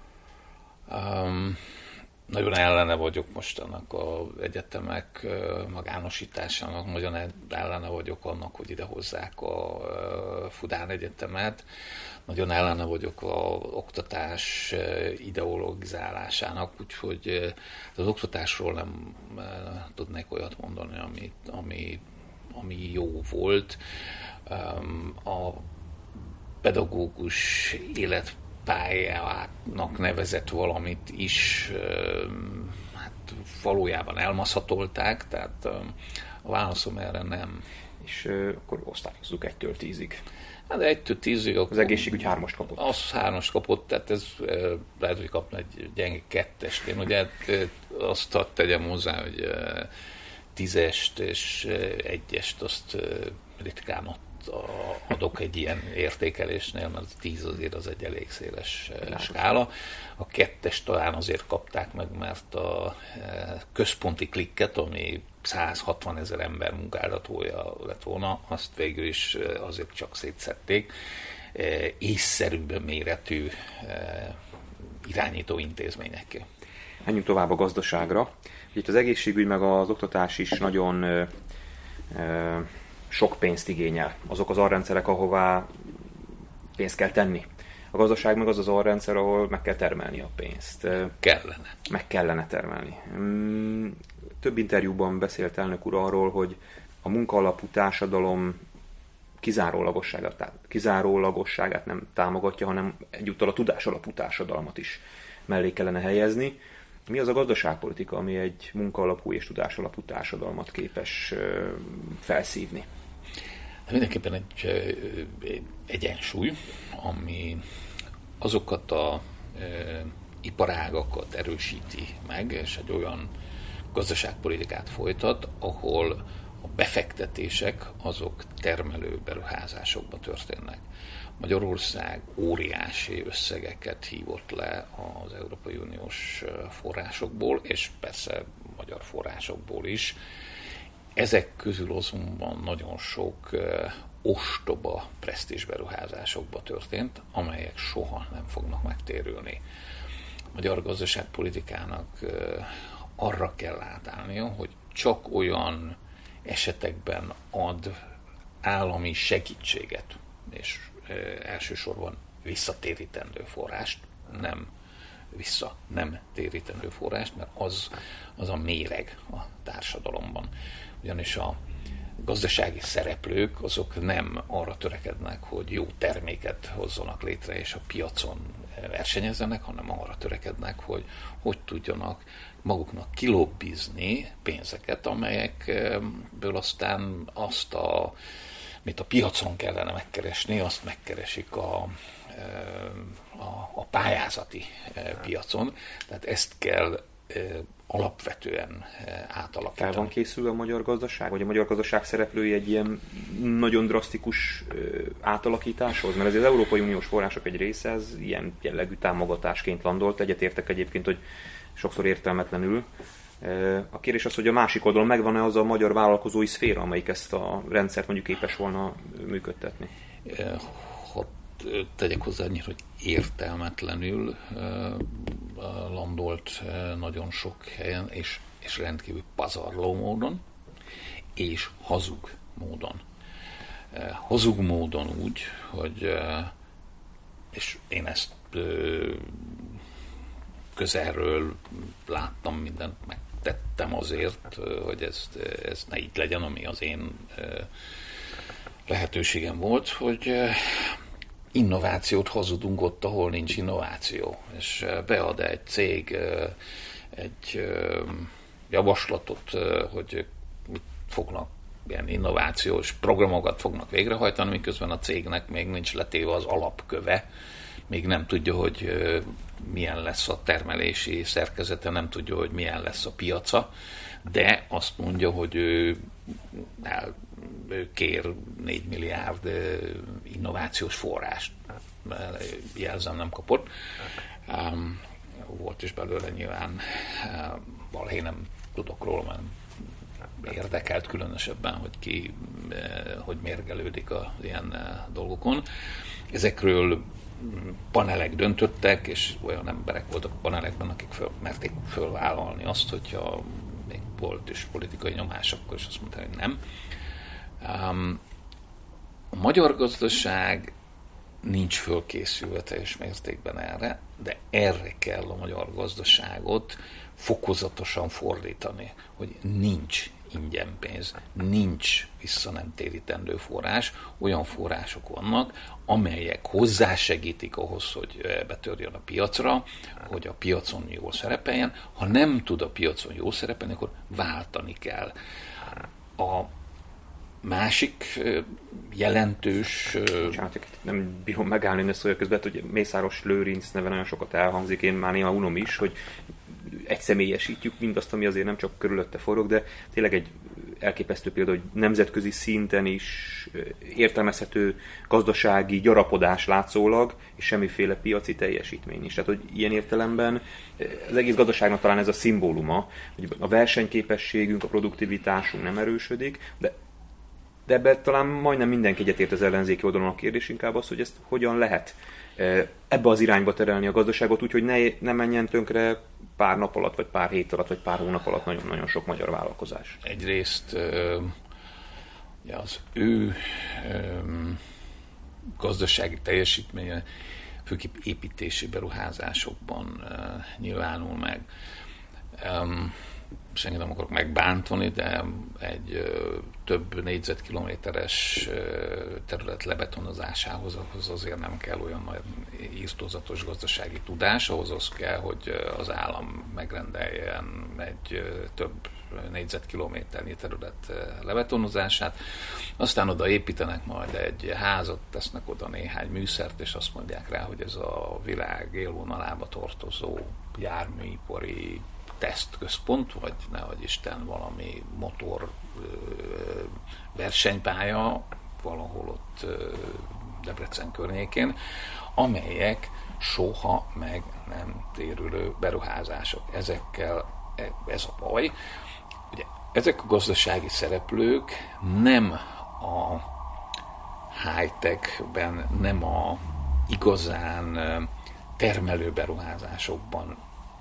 Nagyon ellene vagyok most annak az egyetemek magánosításának, nagyon ellene vagyok annak, hogy ide hozzák a Fudán Egyetemet, nagyon ellene vagyok az oktatás ideologizálásának, úgyhogy az oktatásról nem tudnék olyat mondani, ami jó volt. A pedagógus életpályának nevezett valamit is hát valójában elmaszatolták, tehát a válaszom erre nem. És akkor osztályozzuk 1-től 10-ig. Hát 1-től 10-ig. Az egészségügy 3-ast kapott. Az 3-ast kapott, tehát ez lehet, hogy kapna egy gyenge 2-est. Én ugye azt tegyem hozzá, hogy 10-est és 1-est azt ritkán adok egy ilyen értékelésnél, mert 10 azért az egy elég széles skála. A 2-est talán azért kapták meg, mert a központi klikket, ami 160 000 ember munkáltatója lett volna, azt végül is azért csak szétszedték. Észszerűbb méretű irányító intézményekkel. Menjünk tovább a gazdaságra. Itt az egészségügy meg az oktatás is nagyon sok pénzt igényel. Azok az alrendszerek, ahová pénzt kell tenni. A gazdaság meg az az alrendszer, ahol meg kell termelni a pénzt. Meg kellene termelni. Több interjúban beszélt elnök úr arról, hogy a munkaalapú társadalom kizárólagosságát nem támogatja, hanem egyúttal a tudásalapú társadalmat is mellé kellene helyezni. Mi az a gazdaságpolitika, ami egy munkaalapú és tudásalapú társadalmat képes felszívni? Mindenképpen egy egyensúly, ami azokat a iparágakat erősíti meg, és egy olyan gazdaságpolitikát folytat, ahol a befektetések azok termelő beruházásokba történnek. Magyarország óriási összegeket hívott le az Európai Uniós forrásokból, és persze magyar forrásokból is. Ezek közül azonban nagyon sok ostoba presztízsberuházásokba történt, amelyek soha nem fognak megtérülni. A magyar gazdaságpolitikának arra kell átállnia, hogy csak olyan esetekben ad állami segítséget, és elsősorban visszatérítendő forrást, nem térítendő forrást, mert az a méreg a társadalomban. Ugyanis a gazdasági szereplők azok nem arra törekednek, hogy jó terméket hozzanak létre, és a piacon versenyezzenek, hanem arra törekednek, hogy tudjanak maguknak kilobbizni pénzeket, amelyekből aztán azt, amit a piacon kellene megkeresni, azt megkeresik a pályázati piacon. Tehát ezt kell alapvetően átalakítani. Fel van készülve a magyar gazdaság, vagy a magyar gazdaság szereplői egy ilyen nagyon drasztikus átalakításhoz? Mert az Európai Uniós források egy része, ez ilyen jellegű támogatásként landolt. Egyetértek egyébként, hogy sokszor értelmetlenül. A kérdés az, hogy a másik oldalon megvan-e az a magyar vállalkozói szféra, amelyik ezt a rendszert mondjuk képes volna működtetni? Tegyek hozzá annyira, hogy értelmetlenül landolt nagyon sok helyen, és rendkívül pazarló módon, és hazug módon. Hazug módon úgy, hogy, és én ezt közelről láttam, mindent megtettem azért, hogy ez ne így legyen, ami az én lehetőségem volt, hogy innovációt hazudunk ott, ahol nincs innováció. És bead egy cég egy javaslatot, hogy mit fognak, ilyen innovációs programokat fognak végrehajtani, miközben a cégnek még nincs letéve az alapköve, még nem tudja, hogy milyen lesz a termelési szerkezete, nem tudja, hogy milyen lesz a piaca, de azt mondja, hogy ő kér 4 milliárd innovációs forrást. Jelzem, nem kapott. Volt is belőle nyilván, valahogy nem tudok róla, mert érdekelt különösebben, hogy ki, hogy mérgelődik az ilyen dolgokon. Ezekről panelek döntöttek, és olyan emberek voltak a panelekben, akik merték fölvállalni azt, hogyha még volt is politikai nyomás, akkor is azt mondták, hogy nem. A magyar gazdaság nincs fölkészülve teljes mértékben erre, de erre kell a magyar gazdaságot fokozatosan fordítani, hogy nincs ingyen pénz, nincs vissza nem térítendő forrás, olyan források vannak, amelyek hozzásegítik ahhoz, hogy betörjön a piacra, hogy a piacon jól szerepeljen. Ha nem tud a piacon jól szerepelni, akkor váltani kell. A másik jelentős... Bocsánat, nem bírom megállni, ne szóljak közben, hogy Mészáros Lőrinc neve nagyon sokat elhangzik, én már néha unom is, hogy egyszemélyesítjük mindazt, ami azért nem csak körülötte forog, de tényleg egy elképesztő példa, hogy nemzetközi szinten is értelmezhető gazdasági gyarapodás látszólag, és semmiféle piaci teljesítmény is. Tehát, hogy ilyen értelemben az egész gazdaságnak talán ez a szimbóluma, hogy a versenyképességünk, a produktivitásunk nem erősödik, de ebben talán majdnem mindenki egyetért az ellenzéki oldalon. A kérdés inkább az, hogy ezt hogyan lehet ebbe az irányba terelni a gazdaságot, úgyhogy ne menjen tönkre pár nap alatt, vagy pár hét alatt, vagy pár hónap alatt nagyon-nagyon sok magyar vállalkozás. Egyrészt az ő gazdasági teljesítménye főképp építési beruházásokban nyilvánul meg. Senki nem akarok megbántani, de egy több négyzetkilométeres terület lebetonozásához azért nem kell olyan nagy írtózatos gazdasági tudás, ahhoz az kell, hogy az állam megrendeljen egy több négyzetkilométernyi terület lebetonozását, aztán oda építenek majd egy házat, tesznek oda néhány műszert, és azt mondják rá, hogy ez a világ élvonalába tartozó járműipari tesztközpont, vagy nehogy Isten valami motor versenypálya valahol ott Debrecen környékén, amelyek soha meg nem térülő beruházások. Ezekkel ez a baj. Ugye, ezek a gazdasági szereplők nem a high-techben, nem a igazán termelő beruházásokban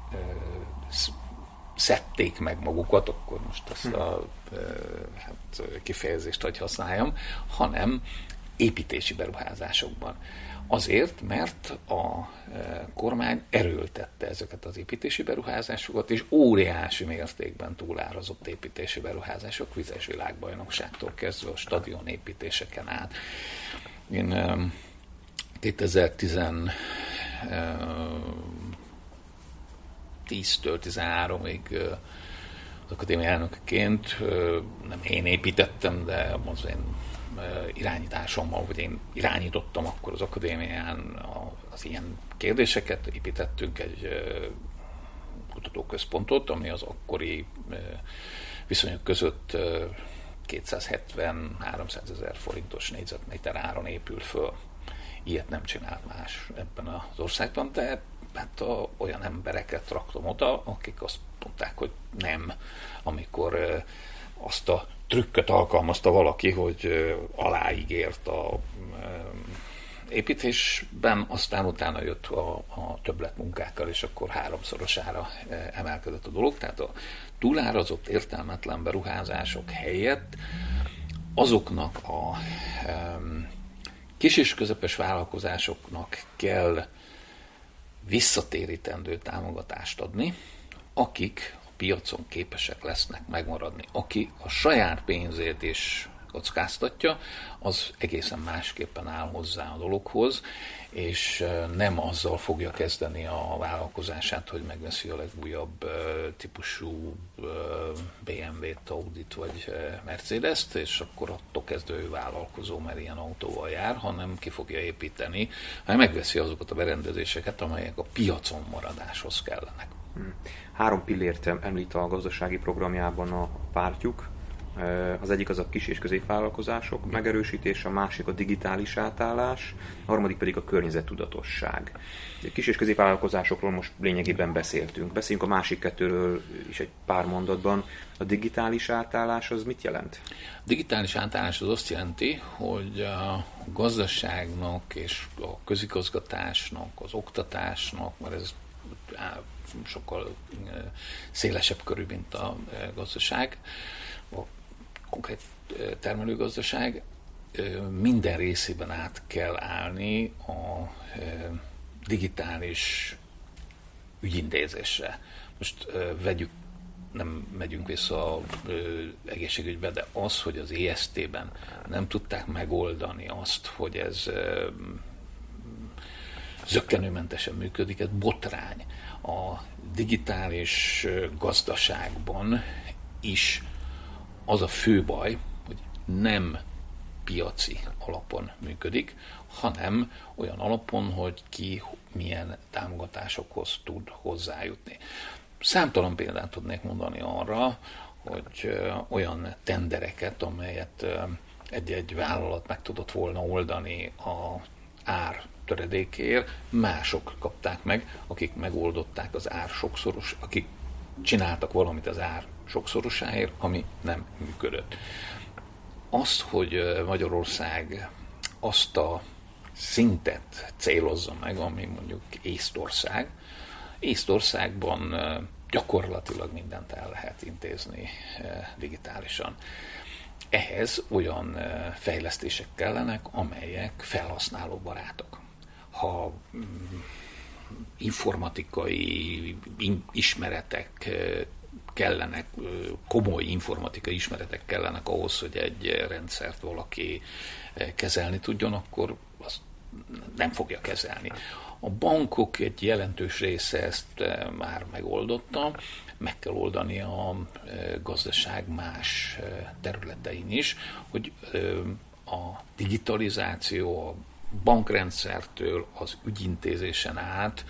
szedték meg magukat, akkor most ezt a kifejezést hogy használjam, hanem építési beruházásokban. Azért, mert a kormány erőltette ezeket az építési beruházásokat, és óriási mértékben túlárazott építési beruházások, vizes világbajnokságtól kezdve a stadion építéseken át. Én 2017 10-től 13-ig az akadémia elnökeként, nem én építettem, de az én irányításommal, vagy én irányítottam akkor az akadémián az ilyen kérdéseket, építettünk egy kutatóközpontot, ami az akkori viszonyok között 270-300 ezer forintos négyzetméter áron épül föl. Ilyet nem csinált más ebben az országban, de hát olyan embereket raktam oda, akik azt mondták, hogy nem, amikor azt a trükköt alkalmazta valaki, hogy aláígért a építésben, aztán utána jött a többletmunkákkal, és akkor 3-szorosára emelkedett a dolog. Tehát a túlárazott értelmetlen beruházások helyett azoknak a kis és közepes vállalkozásoknak kell visszatérítendő támogatást adni, akik a piacon képesek lesznek megmaradni. Aki a saját pénzét is kockáztatja, az egészen másképpen áll hozzá a dologhoz, és nem azzal fogja kezdeni a vállalkozását, hogy megveszi a legújabb típusú BMW-t, Audit vagy Mercedes-t, és akkor attól kezdve ő vállalkozó, mert ilyen autóval jár, hanem ki fogja építeni, hanem megveszi azokat a berendezéseket, amelyek a piacon maradáshoz kellenek. 3 pillért említ a gazdasági programjában a pártjuk. Az egyik az a kis- és középvállalkozások megerősítése, a másik a digitális átállás, a harmadik pedig a környezettudatosság. A kis- és középvállalkozásokról most lényegében beszéltünk. Beszéljünk a másik kettőről is egy pár mondatban. A digitális átállás az mit jelent? A digitális átállás az azt jelenti, hogy a gazdaságnak és a közigazgatásnak, az oktatásnak, mert ez sokkal szélesebb körű, mint a gazdaság, a konkrét termelőgazdaság, minden részében át kell állni a digitális ügyintézésre. Most nem megyünk vissza az egészségügybe, de az, hogy az EST-ben nem tudták megoldani azt, hogy ez zökkenőmentesen működik, ez botrány. A digitális gazdaságban is az a fő baj, hogy nem piaci alapon működik, hanem olyan alapon, hogy ki milyen támogatásokhoz tud hozzájutni. Számtalan példát tudnék mondani arra, hogy olyan tendereket, amelyet egy-egy vállalat meg tudott volna oldani a ár töredékért, mások kapták meg, akik megoldották az ár sokszoros, akik csináltak valamit az ár sokszorosáért, ami nem működött. Azt, hogy Magyarország azt a szintet célozza meg, ami mondjuk Észtország. Észtországban gyakorlatilag mindent el lehet intézni digitálisan. Ehhez olyan fejlesztések kellenek, amelyek felhasználóbarátok. Ha informatikai ismeretek kellenek, komoly informatikai ismeretek kellenek ahhoz, hogy egy rendszert valaki kezelni tudjon, akkor azt nem fogja kezelni. A bankok egy jelentős része ezt már megoldotta, meg kell oldani a gazdaság más területein is, hogy a digitalizáció a bankrendszertől az ügyintézésen át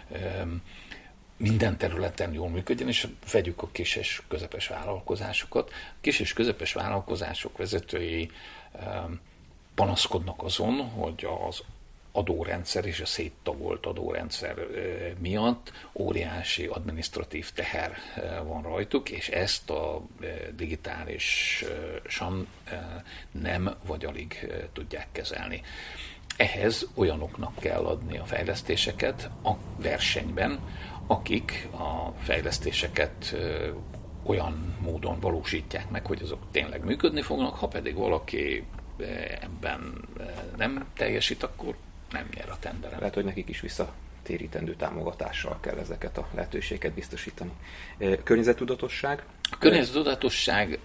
minden területen jól működjön, és vegyük a kis és közepes vállalkozásokat. A kis és közepes vállalkozások vezetői panaszkodnak azon, hogy az adórendszer és a széttagolt adórendszer miatt óriási adminisztratív teher van rajtuk, és ezt a digitálisan nem vagy alig tudják kezelni. Ehhez olyanoknak kell adni a fejlesztéseket a versenyben, akik a fejlesztéseket olyan módon valósítják meg, hogy azok tényleg működni fognak, ha pedig valaki ebben nem teljesít, akkor nem nyer a tenderen. Lehet, hogy nekik is visszatérítendő támogatással kell ezeket a lehetőségeket biztosítani. Környezettudatosság? A környezettudatosság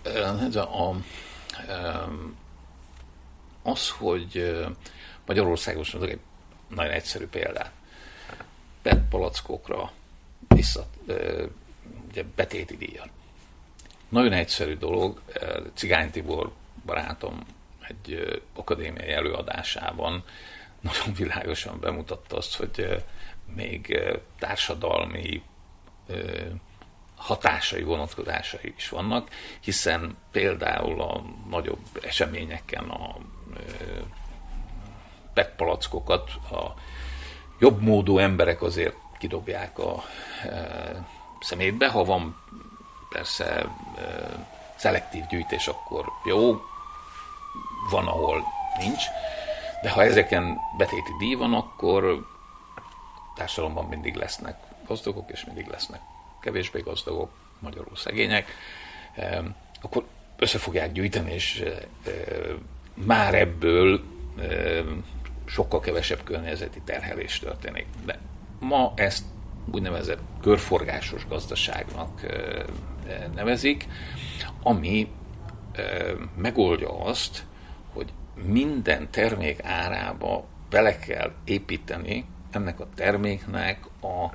az, hogy Magyarországon egy nagyon egyszerű példát. PET palackokra ugye betéti díjat. Nagyon egyszerű dolog, Cigány Tibor barátom egy akadémiai előadásában nagyon világosan bemutatta azt, hogy még társadalmi hatásai, vonatkozásai is vannak, hiszen például a nagyobb eseményeken a PET palackokat a jobb módú emberek azért kidobják a szemétbe, ha van persze szelektív gyűjtés, akkor jó, van, ahol nincs, de ha ezeken betéti díj van, akkor társadalomban mindig lesznek gazdagok, és mindig lesznek kevésbé gazdagok, magyarul szegények, akkor össze fogják gyűjteni, és már ebből sokkal kevesebb környezeti terhelés történik. De ma ezt úgynevezett körforgásos gazdaságnak nevezik, ami megoldja azt, hogy minden termék árába bele kell építeni ennek a terméknek a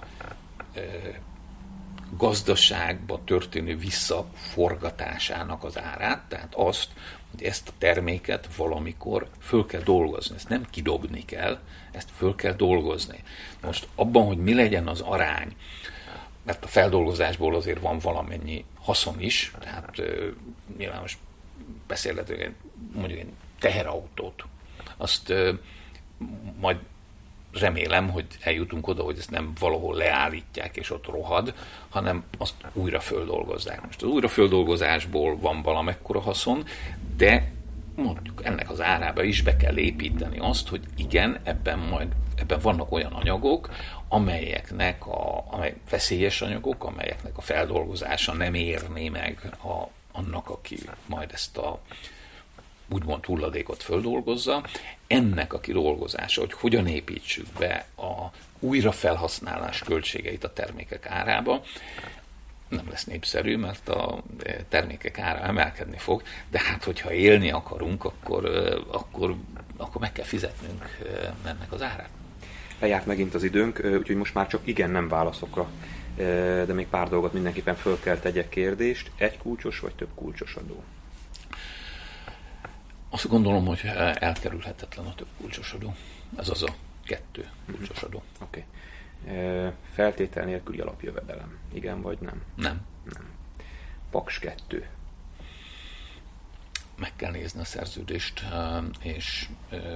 gazdaságba történő visszaforgatásának az árát, tehát azt, hogy ezt a terméket valamikor föl kell dolgozni. Ezt nem kidobni kell, ezt föl kell dolgozni. Most abban, hogy mi legyen az arány, mert a feldolgozásból azért van valamennyi haszon is, tehát nyilván most beszélhetünk mondjuk egy teherautót, azt majd remélem, hogy eljutunk oda, hogy ezt nem valahol leállítják, és ott rohad, hanem azt újra földolgozzák. Most az újraföldolgozásból van valamekkora haszon, de mondjuk ennek az árába is be kell építeni azt, hogy igen, ebben vannak olyan anyagok, amely veszélyes anyagok, amelyeknek a feldolgozása nem érné meg annak, aki majd ezt a úgymond hulladékot földolgozza. Ennek a kidolgozása, hogy hogyan építsük be a újrafelhasználás költségeit a termékek árába, nem lesz népszerű, mert a termékek ára emelkedni fog, de hát, hogyha élni akarunk, akkor meg kell fizetnünk ennek az árát. Lejárt megint az időnk, úgyhogy most már csak igen-nem válaszokra, de még pár dolgot mindenképpen föl kell tegyek kérdést. Egy kulcsos vagy több kulcsos adó? Azt gondolom, hogy elkerülhetetlen a több kulcsos adó. Ez az a 2 kulcsos adó. Oké. Feltétel nélküli alapjövedelem. Igen vagy nem? Nem. Paks 2. Meg kell nézni a szerződést, és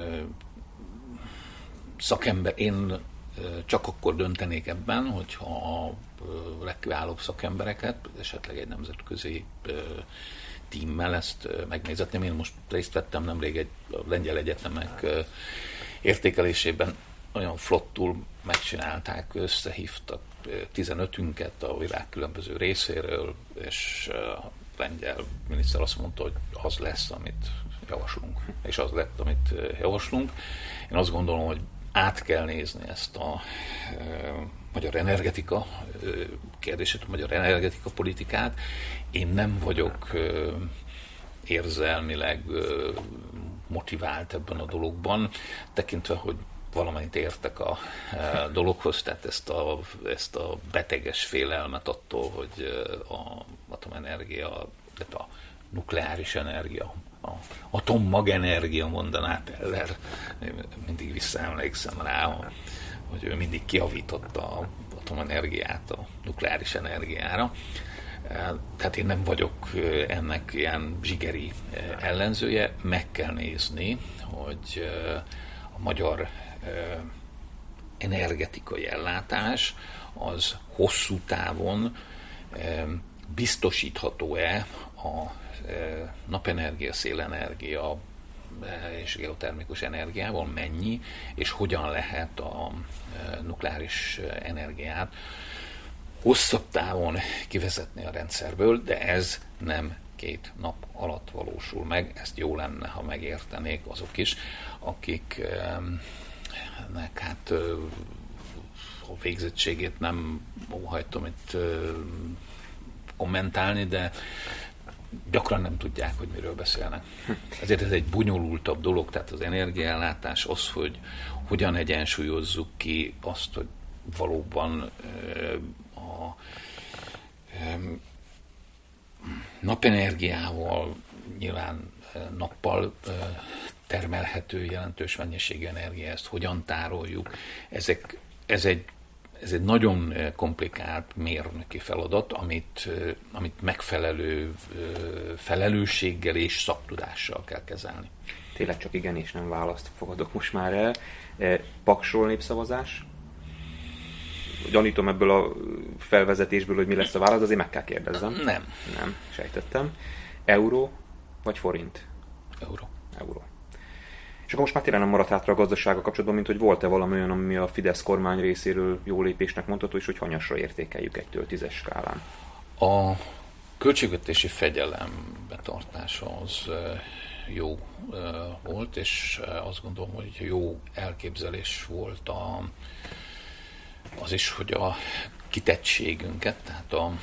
szakember, én csak akkor döntenék ebben, hogyha a legkiválóbb szakembereket, esetleg egy nemzetközi tímmel ezt megnézetném. Én most részt vettem nemrég egy lengyel egyetemek értékelésében, olyan flottul megcsinálták, összehívtak 15-ünket a világ különböző részéről, és a lengyel miniszter azt mondta, hogy az lesz, amit javaslunk. És az lett, amit javaslunk. Én azt gondolom, hogy át kell nézni ezt a magyar energetika kérdését, a magyar energetika politikát. Én nem vagyok érzelmileg motivált ebben a dologban, tekintve, hogy valamennyit értek a dologhoz, tehát ezt a beteges félelmet attól, hogy az atomenergia, tehát a nukleáris energia, atommagenergia mondaná Teller, mindig visszaemlékszem rá, hogy ő mindig kijavította az atomenergiát a nukleáris energiára. Tehát én nem vagyok ennek ilyen zsigeri ellenzője, meg kell nézni, hogy a magyar energetikai ellátás az hosszú távon biztosítható-e a napenergia, szélenergia és geotermikus energiával, mennyi, és hogyan lehet a nukleáris energiát hosszabb távon kivezetni a rendszerből, de ez nem 2 nap alatt valósul meg. Ezt jó lenne, ha megértenék azok is, akiknek hát a végzettségét nem óhajtom itt kommentálni, de gyakran nem tudják, hogy miről beszélnek. Ezért ez egy bonyolultabb dolog, tehát az energiaellátás az, hogy hogyan egyensúlyozzuk ki azt, hogy valóban a napenergiával, nyilván nappal termelhető jelentős mennyiségű energia, ezt hogyan tároljuk. Ez egy nagyon komplikált mérnöki feladat, amit megfelelő felelősséggel és szaktudással kell kezelni. Tényleg csak igen és nem választ fogadok most már el. Paksról népszavazás? Gyanítom ebből a felvezetésből, hogy mi lesz a válasz, azért meg kell kérdezzem. Nem. Nem, sejtettem. Euró vagy forint? Euró. És akkor most már tényleg nem maradt hátra a gazdasággal kapcsolatban, mint hogy volt-e valami olyan, ami a Fidesz kormány részéről jó lépésnek mondható, és hogy hanyasra értékeljük 1-től 10-es skálán. A költségvetési fegyelem betartása az jó volt, és azt gondolom, hogy jó elképzelés volt az is, hogy a kitettségünket, tehát a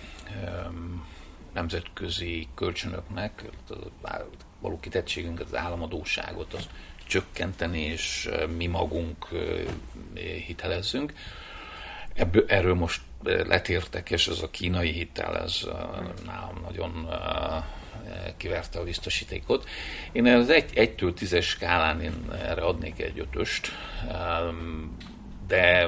nemzetközi kölcsönöknek való kitettségünket, az államadósságot az csökkenteni, és mi magunk hitelezzünk. Erről most letértek, és ez a kínai hitel, ez nálam nagyon kiverte a biztosítékot. Én az 1-től 10-es skálán én erre adnék egy 5-öst, de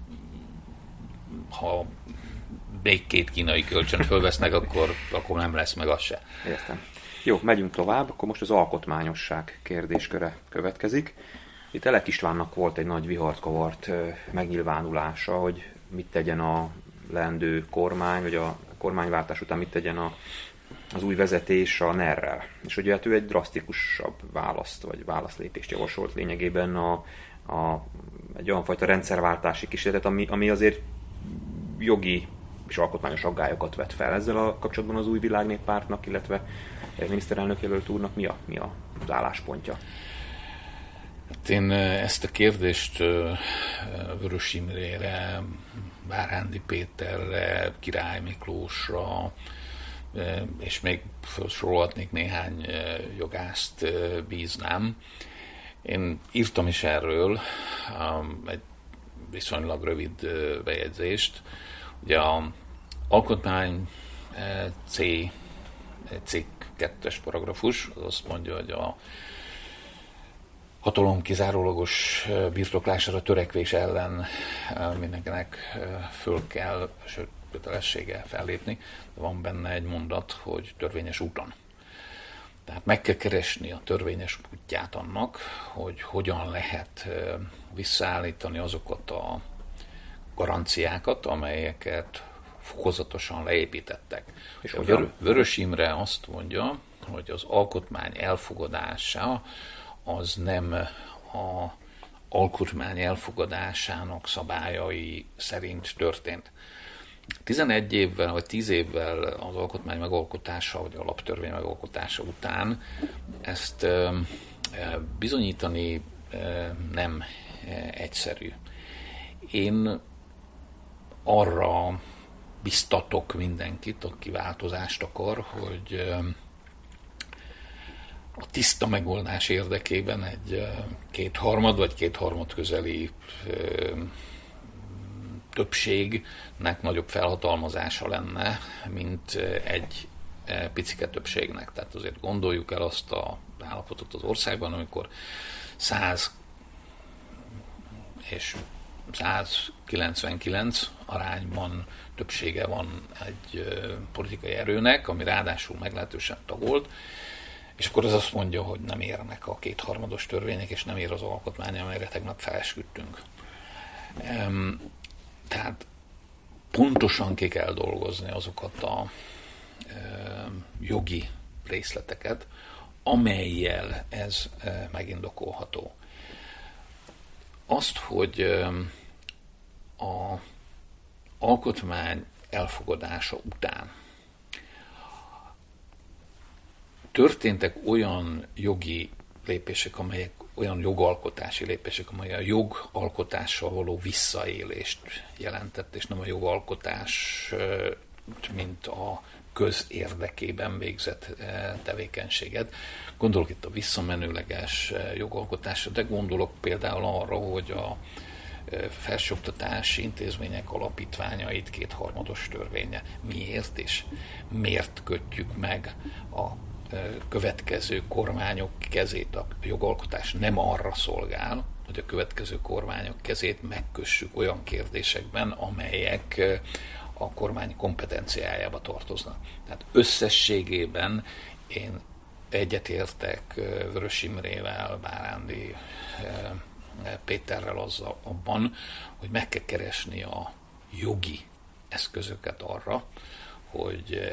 ha még 2 kínai kölcsönt fölvesznek, akkor nem lesz meg az se. Értem. Jó, megyünk tovább, akkor most az alkotmányosság kérdésköre következik. Itt Elek Istvánnak volt egy nagy vihart kavart megnyilvánulása, hogy mit tegyen a leendő kormány, vagy a kormányváltás után mit tegyen az új vezetés a NER-rel. És ugye hát ő egy drasztikusabb választ, vagy válaszlépést javasolt lényegében egy olyan fajta rendszerváltási kísérletet, ami azért jogi és alkotmányos aggályokat vet fel. Ezzel a kapcsolatban az új Világnéppártnak, illetve miniszterelnök jelölt úrnak mi az álláspontja? Hát én ezt a kérdést Vörös Imrére, Várhándi Péterre, Király Miklósra, és még felsorolhatnék néhány jogászt bíznám. Én írtam is erről egy viszonylag rövid bejegyzést. Ugye a alkotmány cikk 2-es paragrafus, az azt mondja, hogy a hatalom kizárólagos birtoklására törekvés ellen mindenkinek föl kell, sőt kötelessége fellépni, de van benne egy mondat, hogy törvényes úton. Tehát meg kell keresni a törvényes útját annak, hogy hogyan lehet visszaállítani azokat a garanciákat, amelyeket fokozatosan leépítettek. És a Vörös Imre azt mondja, hogy az alkotmány elfogadása az nem az alkotmány elfogadásának szabályai szerint történt. 11 évvel vagy 10 évvel az alkotmány megalkotása, vagy alaptörvény megalkotása után ezt bizonyítani nem egyszerű. Én arra biztatok mindenkit, aki változást akar, hogy a tiszta megoldás érdekében egy 2/3 vagy 2/3 közeli többségnek nagyobb felhatalmazása lenne, mint egy picike többségnek. Tehát azért gondoljuk el azt az állapotot az országban, amikor 100 és 199 arányban többsége van egy politikai erőnek, ami ráadásul meglehetősen tagolt, és akkor az azt mondja, hogy nem érnek a 2/3 törvények, és nem ér az alkotmány, amelyre tegnap felesküdtünk. Tehát pontosan ki kell dolgozni azokat a jogi részleteket, amellyel ez megindokolható. Azt, hogy a alkotmány elfogadása után történtek olyan jogi lépések, amelyek olyan jogalkotási lépések, amely a jogalkotással való visszaélést jelentett, és nem a jogalkotás, mint a közérdekében végzett tevékenységet. Gondolok itt a visszamenőleges jogalkotásra, de gondolok például arra, hogy a felsőoktatási intézmények alapítványait kétharmados törvénye. Miért és miért kötjük meg a következő kormányok kezét? A jogalkotás nem arra szolgál, hogy a következő kormányok kezét megkössük olyan kérdésekben, amelyek a kormány kompetenciájába tartoznak. Tehát összességében én egyetértek Vörös Imrével, Bárándi Péterrel azzal abban, hogy meg kell keresni a jogi eszközöket arra, hogy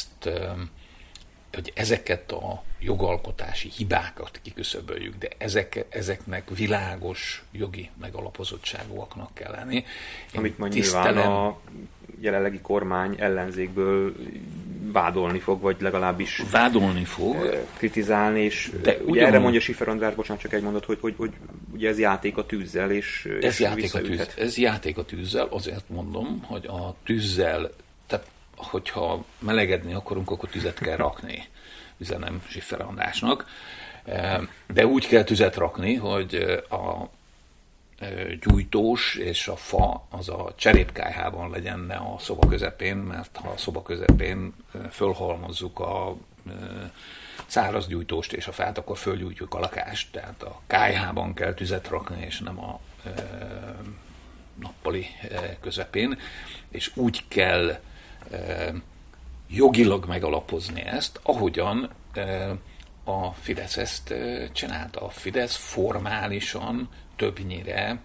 hogy ezeket a jogalkotási hibákat kiküszöböljük, de ezeknek világos jogi megalapozottságúaknak kell lenni. Amit majd nyilván a jelenlegi kormány ellenzékből vádolni fog, vagy legalábbis vádolni fog, kritizálni, és de ugye erre mondja Schiffer András, bocsánat, csak egy mondat, hogy ugye ez játék a tűzzel, és ez játék a tűzzel, azért mondom, hogy a tűzzel, tehát hogyha melegedni akarunk, akkor tüzet kell rakni, üzenem Schiffer Andrásnak, de úgy kell tüzet rakni, hogy a gyújtós és a fa az a cserépkályhában legyen, ne a szoba közepén, mert ha a szoba közepén fölhalmozzuk a száraz gyújtóst és a fát, akkor fölgyújtjuk a lakást. Tehát a kályhában kell tüzet rakni, és nem a nappali közepén. És úgy kell jogilag megalapozni ezt, ahogyan a Fidesz ezt csinálta. A Fidesz formálisan többnyire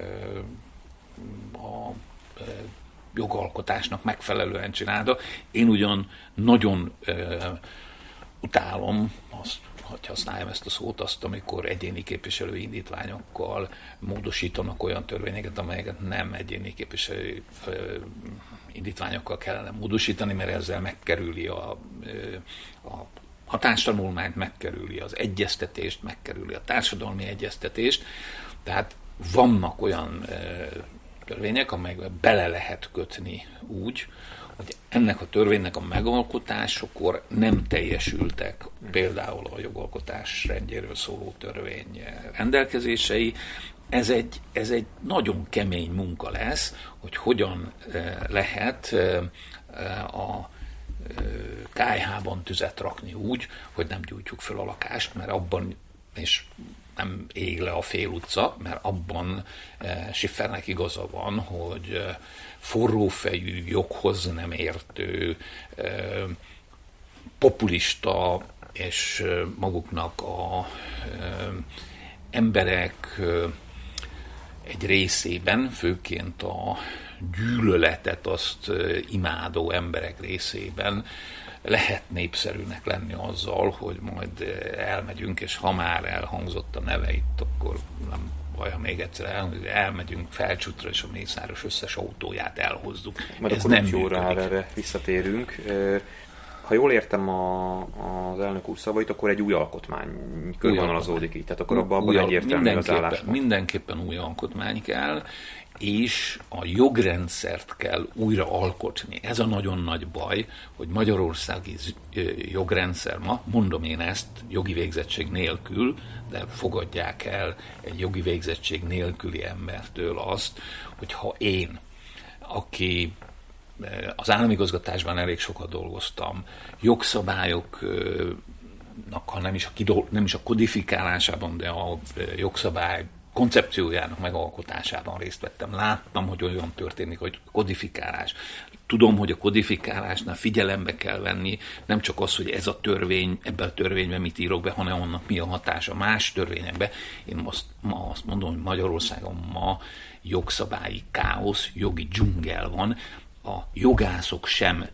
a jogalkotásnak megfelelően csinálta. Én ugyan nagyon utálom azt, hogy használjam ezt a szót, azt, amikor egyéni képviselői indítványokkal módosítanak olyan törvényeket, amelyeket nem egyéni képviselői indítványokkal kellene módosítani, mert ezzel megkerüli a hatástanulmányt, megkerüli az egyeztetést, megkerüli a társadalmi egyeztetést. Tehát vannak olyan törvények, amelyekbe bele lehet kötni úgy, hogy ennek a törvénynek a megalkotásakor nem teljesültek például a jogalkotás rendjéről szóló törvény rendelkezései. Ez egy nagyon kemény munka lesz, hogy hogyan lehet a kályhában tüzet rakni úgy, hogy nem gyújtjuk föl a lakást, mert abban, és nem ég le a fél utca, mert abban Schiffernek igaza van, hogy forrófejű, joghoz nem értő, populista és maguknak a emberek egy részében, főként a gyűlöletet azt imádó emberek részében lehet népszerűnek lenni azzal, hogy majd elmegyünk, és ha már elhangzott a neve itt, akkor nem baj, ha még egyszer elmegyünk Felcsútra, és a Mészáros összes autóját elhozzuk. Majd ez nem jóra erre visszatérünk. Ha jól értem az elnök úr szavait, akkor egy új alkotmány körvonalazódik így, tehát akkor abban egyértelmű az álláspont. Mindenképpen új alkotmány kell, és a jogrendszert kell újra alkotni. Ez a nagyon nagy baj, hogy magyarországi jogrendszer ma, mondom én ezt jogi végzettség nélkül, de fogadják el egy jogi végzettség nélküli embertől azt, hogy ha én, aki az államigazgatásban elég sokat dolgoztam, jogszabályoknak, ha nem is a kodifikálásában, de a jogszabály koncepciójának megalkotásában részt vettem. Láttam, hogy olyan történik, hogy kodifikálás. Tudom, hogy a kodifikálásnál figyelembe kell venni nem csak az, hogy ez a törvény, ebben a törvényben mit írok be, hanem annak mi a hatása más törvényekbe. Én ma azt mondom, hogy Magyarországon ma jogszabályi káosz, jogi dzsungel van. A jogászok sem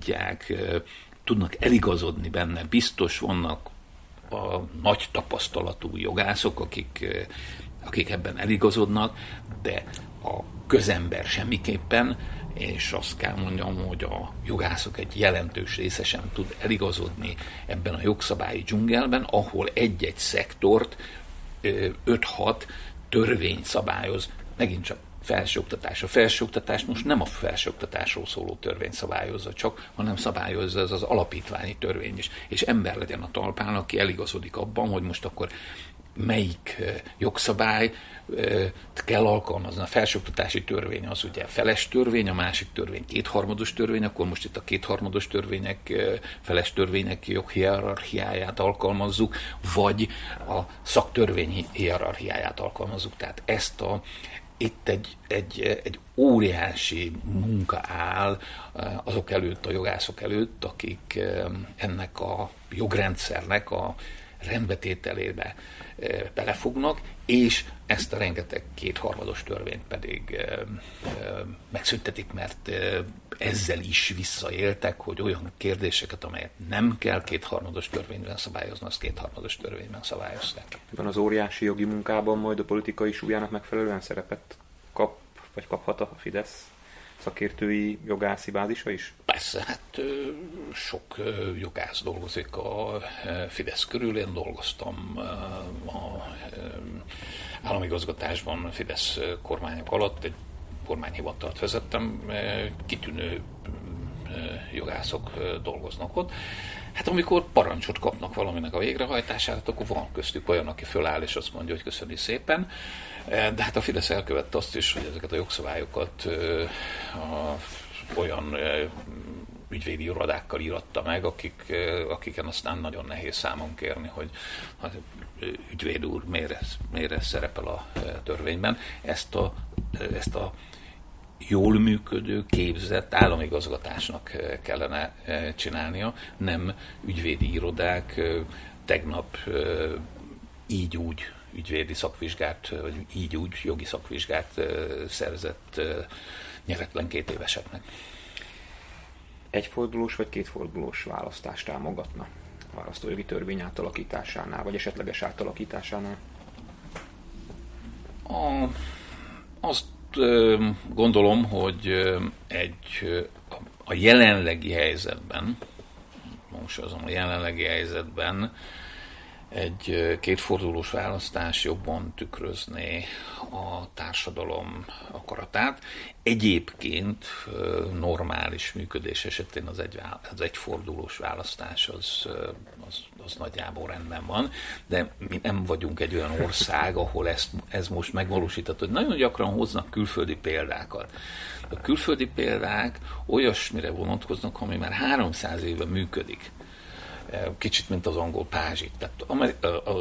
tudnak eligazodni benne. Biztos vannak a nagy tapasztalatú jogászok, akik ebben eligazodnak, de a közember semmiképpen, és azt kell mondjam, hogy a jogászok egy jelentős része sem tud eligazodni ebben a jogszabályi dzsungelben, ahol egy-egy szektort 5-6 törvény szabályoz, megint csak felsőoktatás. A felsőoktatás most nem a felsőoktatásról szóló törvény szabályozza csak, hanem szabályozza ez az alapítványi törvény is. És ember legyen a talpán, aki eligazodik abban, hogy most akkor melyik jogszabály kell alkalmazni. A felsőoktatási törvény az ugye feles törvény, a másik törvény kétharmados törvény, akkor most itt a kétharmados törvények, feles törvények joghierarchiáját alkalmazzuk, vagy a szaktörvény hierarchiáját alkalmazzuk. Tehát itt egy óriási munka áll azok előtt, a jogászok előtt, akik ennek a jogrendszernek a rendbetételébe belefognak, és ezt a rengeteg kétharmados törvényt pedig megszüntetik, mert ezzel is visszaéltek, hogy olyan kérdéseket, amelyet nem kell kétharmados törvényben szabályozni, azt kétharmados törvényben szabályozták. Ebben az óriási jogi munkában majd a politikai súlyának megfelelően szerepet kap, vagy kaphat a Fidesz szakértői jogászi bázisa is? Persze, hát sok jogász dolgozik a Fidesz körül. Én dolgoztam a államigazgatásban Fidesz kormányok alatt, egy kormányhivatalt vezettem, kitűnő jogászok dolgoznak ott. Hát amikor parancsot kapnak valaminek a végrehajtására, akkor van köztük olyan, aki föláll és azt mondja, hogy köszöni szépen. De hát a Fidesz elkövette azt is, hogy ezeket a jogszabályokat olyan ügyvédi irodákkal íratta meg, akiken aztán nagyon nehéz számon kérni, hogy ügyvéd úr miért szerepel a törvényben. Ezt a jól működő, képzett államigazgatásnak kellene csinálnia, nem ügyvédi irodák tegnap így-úgy ügyvédi szakvizsgát, vagy így-úgy jogi szakvizsgát szerzett nyeretlen 2 éveseknek. Egyfordulós vagy kétfordulós választást támogatna a választójogi törvény átalakításánál, vagy esetleges átalakításánál? Azt gondolom, hogy a jelenlegi helyzetben, egy kétfordulós választás jobban tükrözné a társadalom akaratát. Egyébként normális működés esetén az egyfordulós választás az nagyjából rendben van, de mi nem vagyunk egy olyan ország, ahol ez most megvalósítható, hogy nagyon gyakran hoznak külföldi példákat. A külföldi példák olyasmire vonatkoznak, ami már 300 éve működik. Kicsit, mint az angol pázsit. Tehát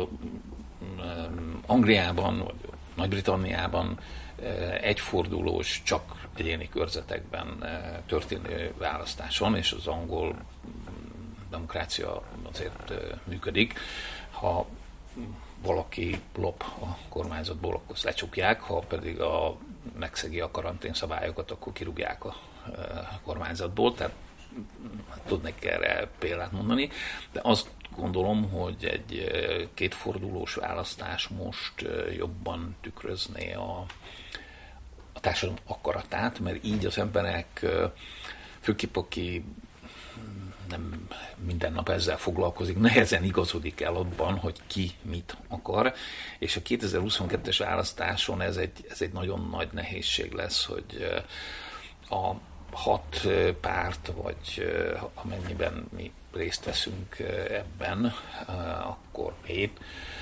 Angliában, vagy Nagy-Britanniában egyfordulós, csak egyéni körzetekben történő választás van, és az angol demokrácia azért működik. Ha valaki lop a kormányzatból, akkor lecsukják, ha pedig megszegi a karantén szabályokat, akkor kirúgják a kormányzatból. Tehát tudnék erre példát mondani, de azt gondolom, hogy egy kétfordulós választás most jobban tükrözné a társadalom akaratát, mert így az emberek, főképp aki nem minden nap ezzel foglalkozik, nehezen igazodik el abban, hogy ki mit akar, és a 2022-es választáson ez egy nagyon nagy nehézség lesz, hogy a 6 párt, vagy amennyiben mi részt veszünk ebben, akkor 7,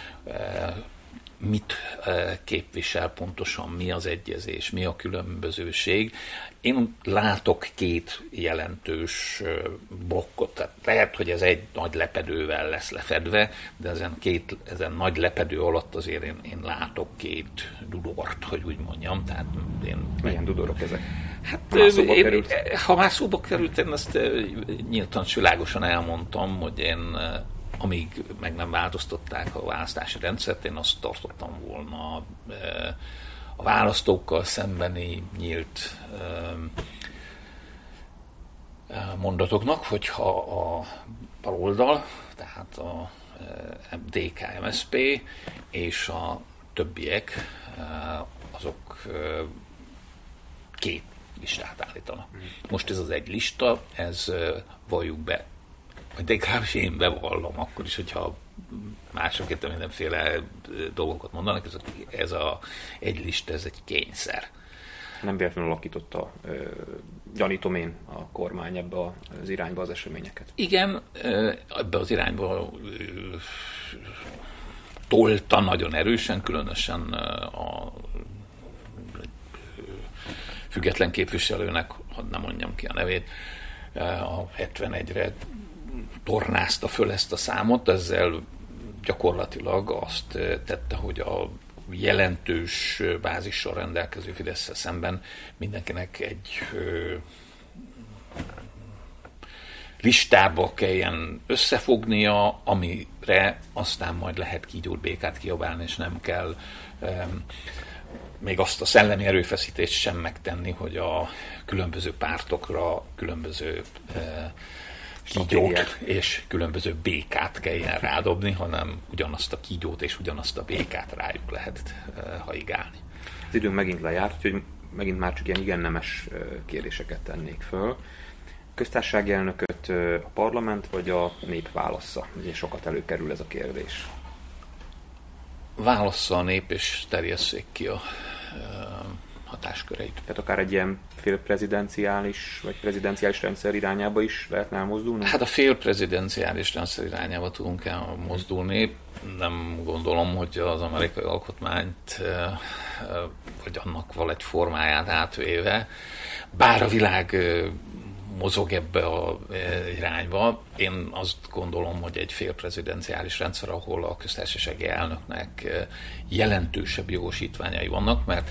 mit képvisel pontosan, mi az egyezés, mi a különbözőség. Én látok 2 jelentős blokkot, tehát lehet, hogy ez egy nagy lepedővel lesz lefedve, de ezen nagy lepedő alatt azért én látok 2 dudort, hogy úgy mondjam. Tehát milyen dudorok ezek? Hát, ha már szóba került, én ezt nyíltan világosan elmondtam, hogy én amíg meg nem változtatták a választási rendszert, én azt tartottam volna a választókkal szembeni nyílt mondatoknak, hogyha a baloldal, tehát a DK-MSZP és a többiek, azok 2 listát állítanak. Most ez az egy lista, ez valljuk be, de legalábbis én bevallom, akkor is, hogyha mások itt mindenféle dolgokat mondanak, ez egy lista, ez egy kényszer. Nem véletlenül alakította, gyanítom én, a kormány ebbe az irányba az eseményeket. Igen, ebbe az irányba tolta nagyon erősen, különösen a független képviselőnek, hadd nem mondjam ki a nevét, a 71-re tornázta föl ezt a számot, ezzel gyakorlatilag azt tette, hogy a jelentős bázissal rendelkező Fidesz-szel szemben mindenkinek egy listába kelljen összefognia, amire aztán majd lehet kígyót, békát kiabálni, és nem kell még azt a szellemi erőfeszítést sem megtenni, hogy a különböző pártokra különböző kígyót és különböző békát kelljen rádobni, hanem ugyanazt a kígyót és ugyanazt a békát rájuk lehet haigálni. Az időnk megint lejárt, úgyhogy megint már csak ilyen igen-nemes kérdéseket tennék föl. Köztársasági elnököt a parlament vagy a nép válassza? Ugye sokat előkerül ez a kérdés. Válassza a nép, és terjesszék ki a hatásköreit. Tehát akár egy ilyen félprezidenciális vagy prezidenciális rendszer irányába is lehetne elmozdulni? Hát a félprezidenciális rendszer irányába tudunk elmozdulni. Nem gondolom, hogy az amerikai alkotmányt vagy annak valahogy formáját átvéve, bár a világ mozog ebbe az irányba. Én azt gondolom, hogy egy félprezidenciális rendszer, ahol a köztársasági elnöknek jelentősebb jogosítványai vannak, mert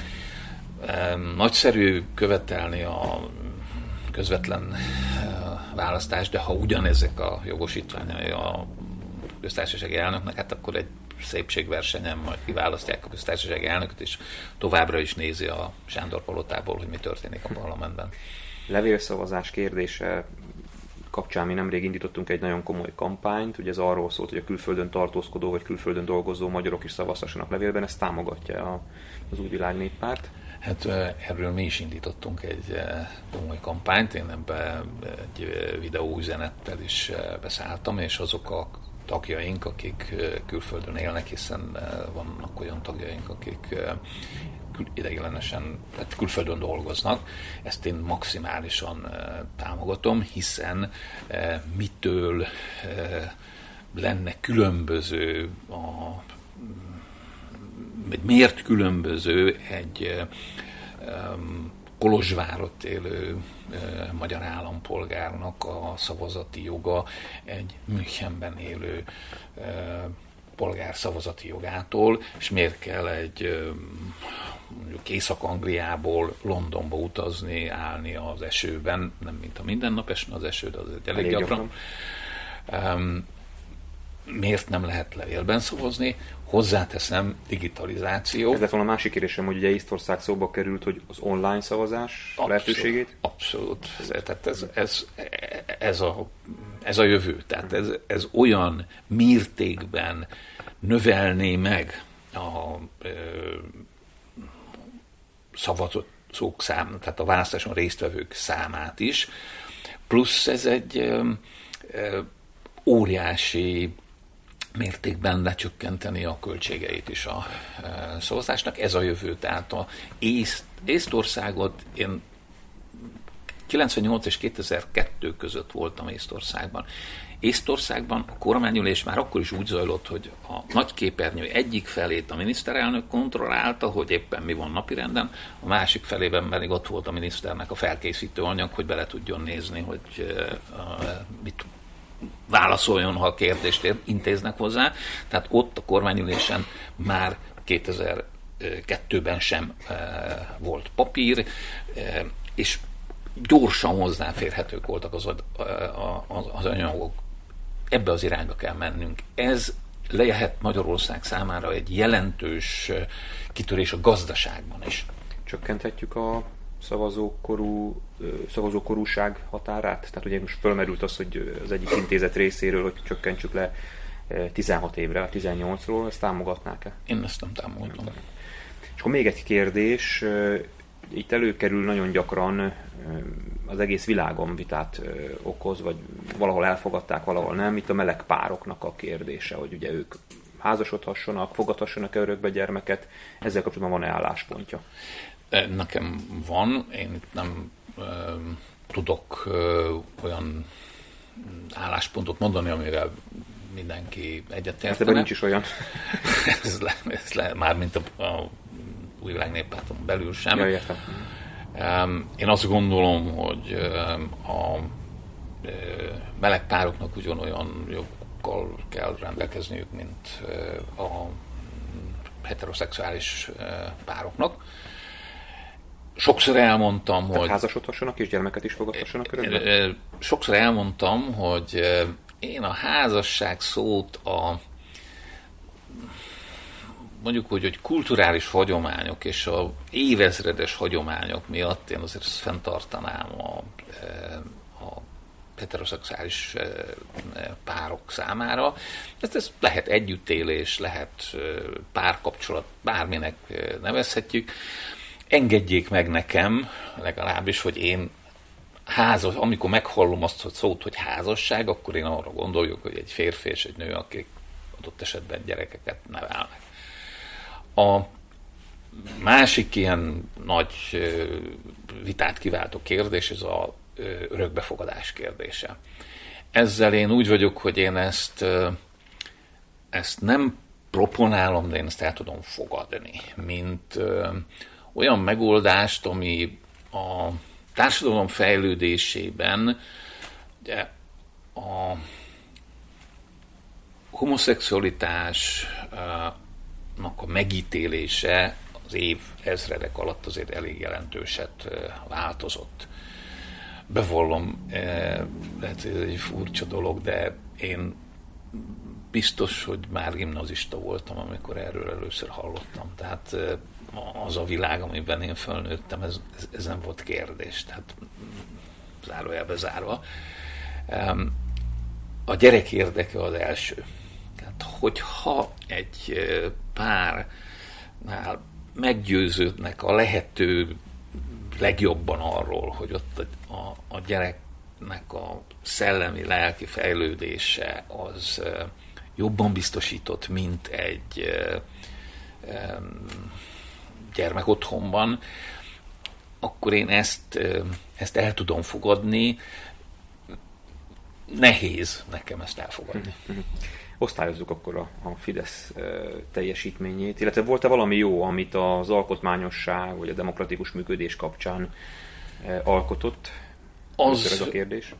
nagyszerű követelni a közvetlen választást, de ha ugyanezek a jogosítványai a köztársasági elnöknek, hát akkor egy szépségversenyen majd kiválasztják a köztársasági elnököt, és továbbra is nézi a Sándor palotából, hogy mi történik a parlamentben. Levélszavazás kérdése kapcsán mi nemrég indítottunk egy nagyon komoly kampányt, ugye ez arról szólt, hogy a külföldön tartózkodó vagy külföldön dolgozó magyarok is szavazhassanak levélben, ezt támogatja az Új Világ Néppárt. Hát erről mi is indítottunk egy komoly kampányt, én ebbe egy videóüzenettel is beszálltam, és azok a tagjaink, akik külföldön élnek, hiszen vannak olyan tagjaink, akik ideiglenesen, tehát külföldön dolgoznak. Ezt én maximálisan támogatom, hiszen mitől lenne különböző, miért különböző egy Kolozsvárott élő magyar állampolgárnak a szavazati joga egy Münchenben élő polgár szavazati jogától, és miért kell egy mondjuk Észak-Angliából Londonba utazni, állni az esőben, nem mint a minden nap esne az eső, de az egy elég gyakran. Miért nem lehet levélben szavazni? Hozzáteszem, digitalizáció. Ez lett volna a másik kérdésem, hogy ugye Észtország szóba került, hogy az online szavazás lehetőségét? Abszolút. Tehát ez a jövő. Tehát ez olyan mértékben növelné meg a szavazók számát, tehát a választáson résztvevők számát is, plusz ez egy óriási mértékben lecsökkenteni a költségeit is a szavazásnak. Ez a jövő. Tehát Észtországot én 98 és 2002 között voltam Észtországban. Észtországban a kormányülés már akkor is úgy zajlott, hogy a nagyképernyő egyik felét a miniszterelnök kontrollálta, hogy éppen mi van napirenden, a másik felében pedig ott volt a miniszternek a felkészítő anyag, hogy bele tudjon nézni, hogy mit válaszoljon, ha a kérdést intéznek hozzá. Tehát ott a kormányülésen már 2002-ben sem volt papír, és gyorsan hozzáférhetők voltak az anyagok. Ebbe az irányba kell mennünk. Ez lehet Magyarország számára egy jelentős kitörés a gazdaságban is. Csökkenthetjük a szavazókorúság határát? Tehát ugye most fölmerült az, hogy az egyik intézet részéről, hogy csökkentsük le 16 évre, 18-ról, ezt támogatnák-e? Én ezt nem támogatom. És akkor még egy kérdés, itt előkerül nagyon gyakran, az egész világon vitát okoz, vagy valahol elfogadták, valahol nem, itt a meleg pároknak a kérdése, hogy ugye ők házasodhassanak, fogadhassanak örökbe gyermeket, ezzel kapcsolatban van-e álláspontja? Nekem van, én itt nem tudok olyan álláspontot mondani, amivel mindenki egyetértene. Hát ebben nincs is olyan. ez már mint a Új Világ Néppárton belül sem. Ja, értem. Én azt gondolom, hogy a meleg pároknak ugyanolyan jogokkal kell rendelkezniük, mint a heteroszexuális pároknak. Sokszor elmondtam, tehát hogy... házasodhassanak és gyermeket is fogadhassanak örökbe? Sokszor elmondtam, hogy én a házasság szót mondjuk úgy, hogy kulturális hagyományok és a évezredes hagyományok miatt én azért fenntartanám a heteroszexuális párok számára. Ez lehet együttélés, lehet párkapcsolat, bárminek nevezhetjük. Engedjék meg nekem, legalábbis, hogy én amikor meghallom azt a szót, hogy házasság, akkor én arra gondoljuk, hogy egy férfi és egy nő, akik adott esetben gyerekeket nevelnek. A másik ilyen nagy vitát kiváltó kérdés, ez az örökbefogadás kérdése. Ezzel én úgy vagyok, hogy én ezt nem proponálom, de én ezt el tudom fogadni, mint olyan megoldást, ami a társadalom fejlődésében ugye, a homoszexualitásnak a megítélése az év ezredek alatt azért elég jelentőset változott. Bevallom, lehet, hogy ez egy furcsa dolog, de én biztos, hogy már gimnazista voltam, amikor erről először hallottam. Tehát az a világ, amiben én felnőttem, ez nem volt kérdés. Tehát zárójelbe zárva. A gyerek érdeke az első. Tehát, hogyha egy párnál meggyőződnek a lehető legjobban arról, hogy ott a gyereknek a szellemi, lelki fejlődése az jobban biztosított, mint egy gyermek otthonban, akkor én ezt el tudom fogadni. Nehéz nekem ezt elfogadni. Osztályozzuk akkor a Fidesz teljesítményét, illetve volt-e valami jó, amit az alkotmányosság vagy a demokratikus működés kapcsán alkotott? Ez a kérdés.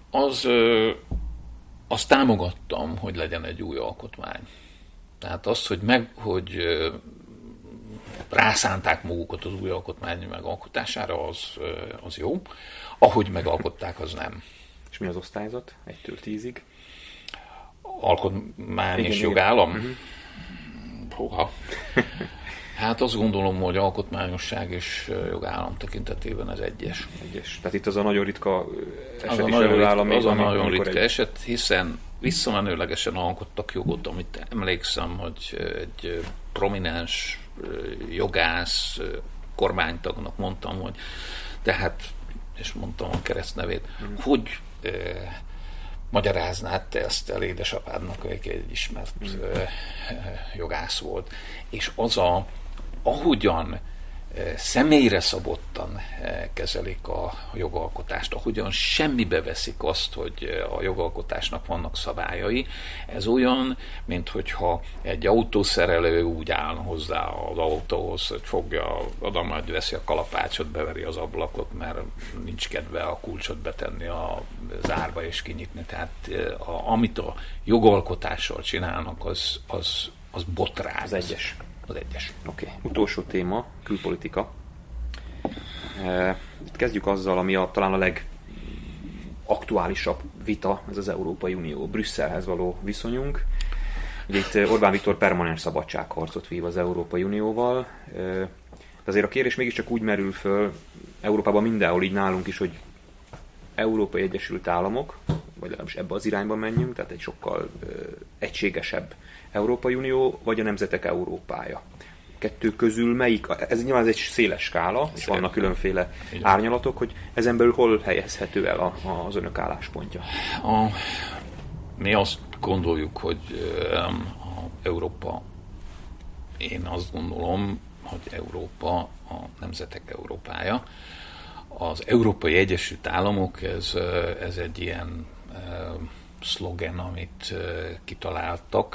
Azt támogattam, hogy legyen egy új alkotmány. Tehát azt, hogy rászánták magukat az új alkotmány megalkotására, az jó. Ahogy megalkották, az nem. És mi az osztályzat? 1-től 10-ig? Alkotmány és jogállam? Húha. Hát azt gondolom, hogy alkotmányosság és jogállam tekintetében ez egyes. Tehát itt az a nagyon ritka eset is előáll, az a nagyon ritka eset, hiszen visszamenőlegesen alkottak jogot, amit emlékszem, hogy egy prominens jogász kormánytagnak mondtam, hogy tehát, és mondtam a keresztnevét, hogy magyaráznád te ezt el édesapádnak, aki egy ismert jogász volt. És ahogyan személyre szabottan kezelik a jogalkotást, ahogyan semmibe veszik azt, hogy a jogalkotásnak vannak szabályai, ez olyan, minthogyha egy autószerelő úgy áll hozzá az autóhoz, hogy fogja, oda majd veszi a kalapácsot, beveri az ablakot, mert nincs kedve a kulcsot betenni a zárba és kinyitni. Tehát amit a jogalkotással csinálnak, az botrány. Az egyes. Oké. Utolsó téma, külpolitika. Itt kezdjük azzal, ami talán a legaktuálisabb vita, ez az Európai Unió, Brüsszelhez való viszonyunk. Ugye itt Orbán Viktor permanens szabadságharcot vív az Európai Unióval. De azért a kérdés mégiscsak úgy merül föl, Európában mindenhol, így nálunk is, hogy Európai Egyesült Államok, vagy legalábbis ebbe az irányba menjünk, tehát egy sokkal egységesebb Európai Unió, vagy a nemzetek Európája. Kettő közül melyik, ez nyilván egy széles skála, és vannak különféle árnyalatok, hogy ezen belül hol helyezhető el az önök álláspontja? Mi azt gondoljuk, hogy Európa, én azt gondolom, hogy Európa a nemzetek Európája. Az Európai Egyesült Államok, ez egy ilyen szlogen, amit kitaláltak.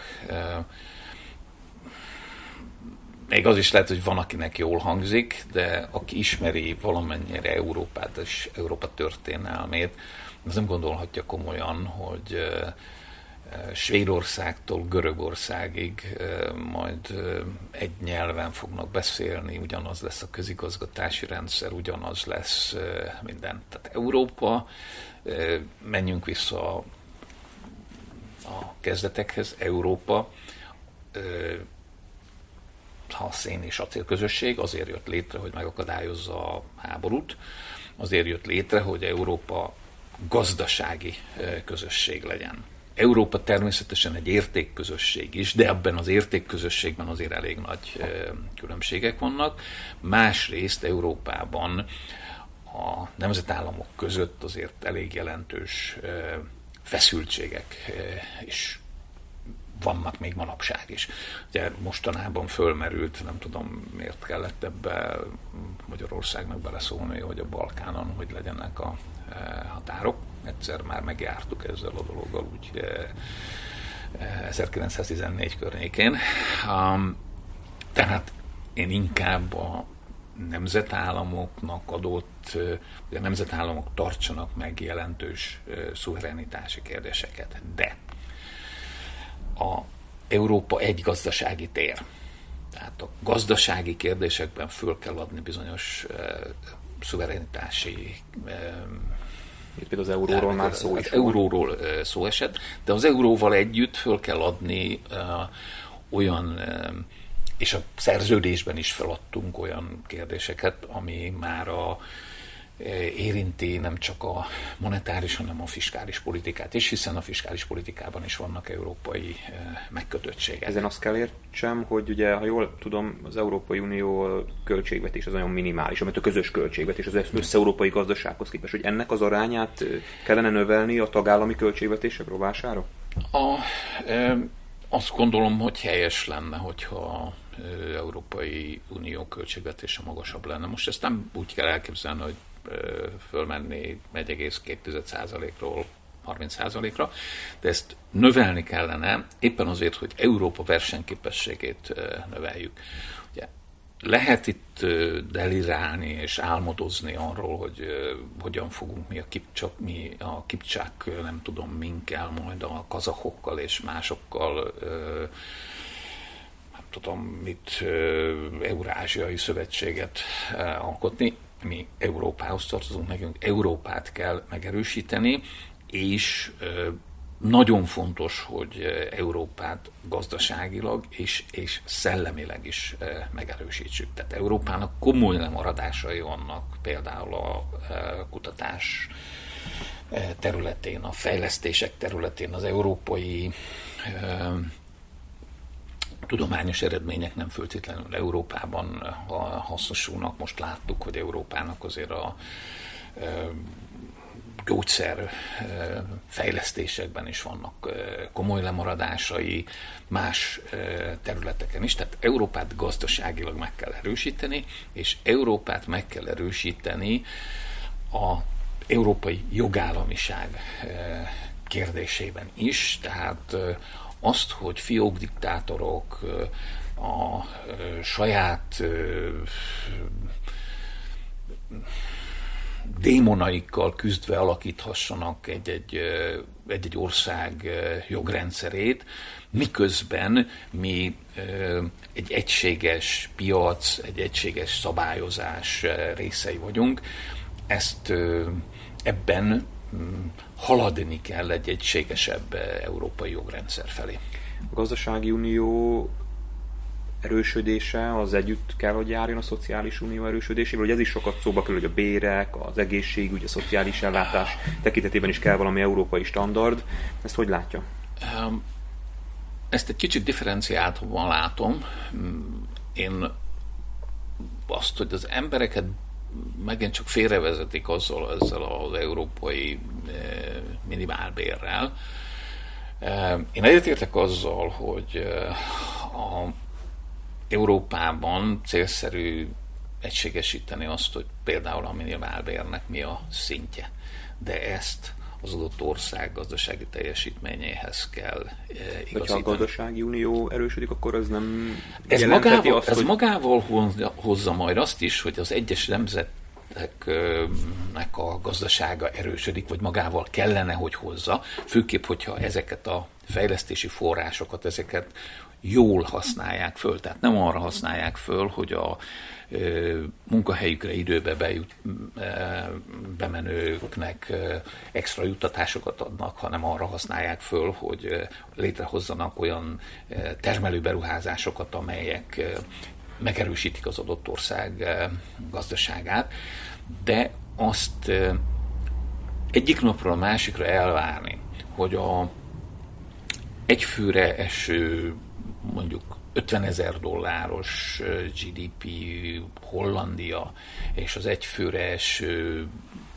Még az is lehet, hogy van, akinek jól hangzik, de aki ismeri valamennyire Európát és Európa történelmét, az nem gondolhatja komolyan, hogy Svédországtól Görögországig majd egy nyelven fognak beszélni, ugyanaz lesz a közigazgatási rendszer, ugyanaz lesz minden. Tehát Európa, menjünk vissza a kezdetekhez, Európa, a szén és acélközösség azért jött létre, hogy megakadályozza a háborút, azért jött létre, hogy Európa gazdasági közösség legyen. Európa természetesen egy értékközösség is, de ebben az értékközösségben azért elég nagy különbségek vannak. Másrészt Európában a nemzetállamok között azért elég jelentős feszültségek is vannak még manapság is. Ugye mostanában fölmerült, nem tudom miért kellett ebbe Magyarországnak beleszólni, hogy a Balkánon hogy legyenek a határok. Egyszer már megjártuk ezzel a dologgal, úgy 1914 környékén. Tehát én inkább a nemzetállamoknak adott, hogy a nemzetállamok tartsanak meg jelentős szuverenitási kérdéseket. De a Európa egy gazdasági tér. Tehát a gazdasági kérdésekben föl kell adni bizonyos szuverenitási. Itt például az euróról már szó is. Az euróról szó esett, de az euróval együtt föl kell adni olyan, és a szerződésben is feladtunk olyan kérdéseket, ami már érinti nem csak a monetáris, hanem a fiskális politikát is, hiszen a fiskális politikában is vannak európai megkötöttségek. Ezen azt kell értsem, hogy ugye, ha jól tudom, az Európai Unió költségvetés az nagyon minimális, amit a közös költségvetés az össze-európai gazdasághoz képest, hogy ennek az arányát kellene növelni a tagállami költségvetések rovására? Azt gondolom, hogy helyes lenne, hogyha Európai Unió költségvetése magasabb lenne. Most ezt nem úgy kell elképzelni, hogy fölmenni 1,2%-ról 30%-ra, de ezt növelni kellene éppen azért, hogy Európa versenyképességét növeljük. Ugye, lehet itt delirálni és álmodozni arról, hogy hogyan fogunk mi a kipcsák, nem tudom minkkel, majd a kazakokkal és másokkal nem tudom mit Eurázsiai Szövetséget alkotni. Mi Európához tartozunk, nekünk Európát kell megerősíteni, és nagyon fontos, hogy Európát gazdaságilag és szellemileg is megerősítsük. Tehát Európának komoly lemaradásai vannak, például a kutatás területén, a fejlesztések területén, az európai tudományos eredmények nem feltétlenül Európában hasznosulnak. Most láttuk, hogy Európának azért a gyógyszer fejlesztésekben is vannak komoly lemaradásai, más területeken is. Tehát Európát gazdaságilag meg kell erősíteni, és Európát meg kell erősíteni a európai jogállamiság kérdésében is. Tehát azt, hogy fiókdiktátorok a saját démonaikkal küzdve alakíthassanak egy ország jogrendszerét, miközben mi egy egységes piac, egy egységes szabályozás részei vagyunk. Ezt ebben haladni kell egy egységesebb európai jogrendszer felé. A gazdasági unió erősödése az együtt kell, hogy járjon a szociális unió erősödésével, hogy ez is sokat szóba kerül, hogy a bérek, az egészségügy, a szociális ellátás tekintetében is kell valami európai standard. Ezt hogy látja? Ezt egy kicsit differenciáltabban látom. Én azt, hogy az embereket megint csak félrevezetik ezzel az európai minimálbérrel. Én egyetértek azzal, hogy a Európában célszerű egységesíteni azt, hogy például a minimálbérnek mi a szintje. De ezt az adott ország gazdasági teljesítményéhez kell igazítani. Ha a gazdasági unió erősödik, akkor az nem ez jelentheti magával, azt, ez hogy... magával hozza majd azt is, hogy az egyes nemzeteknek a gazdasága erősödik, vagy magával kellene, hogy hozza, főképp, hogyha ezeket a fejlesztési forrásokat, ezeket jól használják föl. Tehát nem arra használják föl, hogy a munkahelyükre időbe bemenőknek extra juttatásokat adnak, hanem arra használják föl, hogy létrehozzanak olyan termelőberuházásokat, amelyek megerősítik az adott ország gazdaságát, de azt egyik napról a másikra elvárni, hogy a egyfőre eső mondjuk $50,000 GDP Hollandia, és az egyfőre eső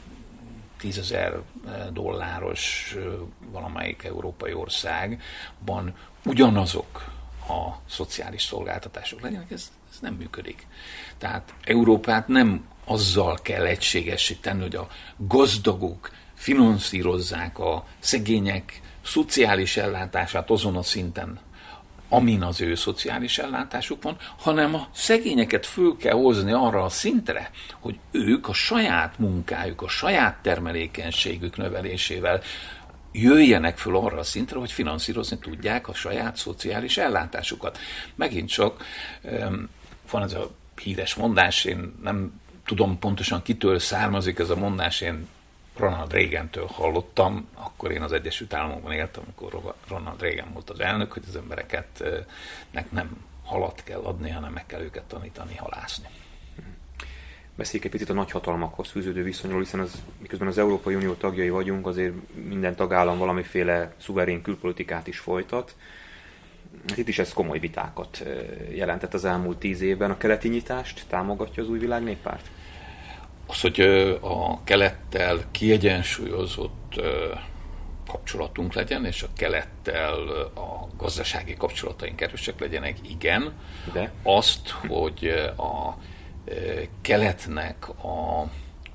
$10,000 valamelyik európai országban ugyanazok a szociális szolgáltatások legyenek, ez nem működik. Tehát Európát nem azzal kell egységesíteni, hogy a gazdagok finanszírozzák a szegények szociális ellátását azon a szinten, amin az ő szociális ellátásuk van, hanem a szegényeket föl kell hozni arra a szintre, hogy ők a saját munkájuk, a saját termelékenységük növelésével jöjjenek föl arra a szintre, hogy finanszírozni tudják a saját szociális ellátásukat. Megint csak van ez a híres mondás, én nem tudom pontosan kitől származik ez a mondás, én Ronald Reagantől hallottam, akkor én az Egyesült Államokban éltem, amikor Ronald Reagan volt az elnök, hogy az embereknek nem halat kell adni, hanem meg kell őket tanítani halászni. Beszéljük egy picit a nagyhatalmakhoz fűződő viszonyról, hiszen miközben az Európai Unió tagjai vagyunk, azért minden tagállam valamiféle szuverén külpolitikát is folytat. Itt is ez komoly vitákat jelentett az elmúlt 10 évben. A keleti nyitást támogatja az Új Világ Néppárt? Az, hogy a kelettel kiegyensúlyozott kapcsolatunk legyen, és a kelettel a gazdasági kapcsolataink erősek legyenek, igen. De? Azt, hogy a keletnek a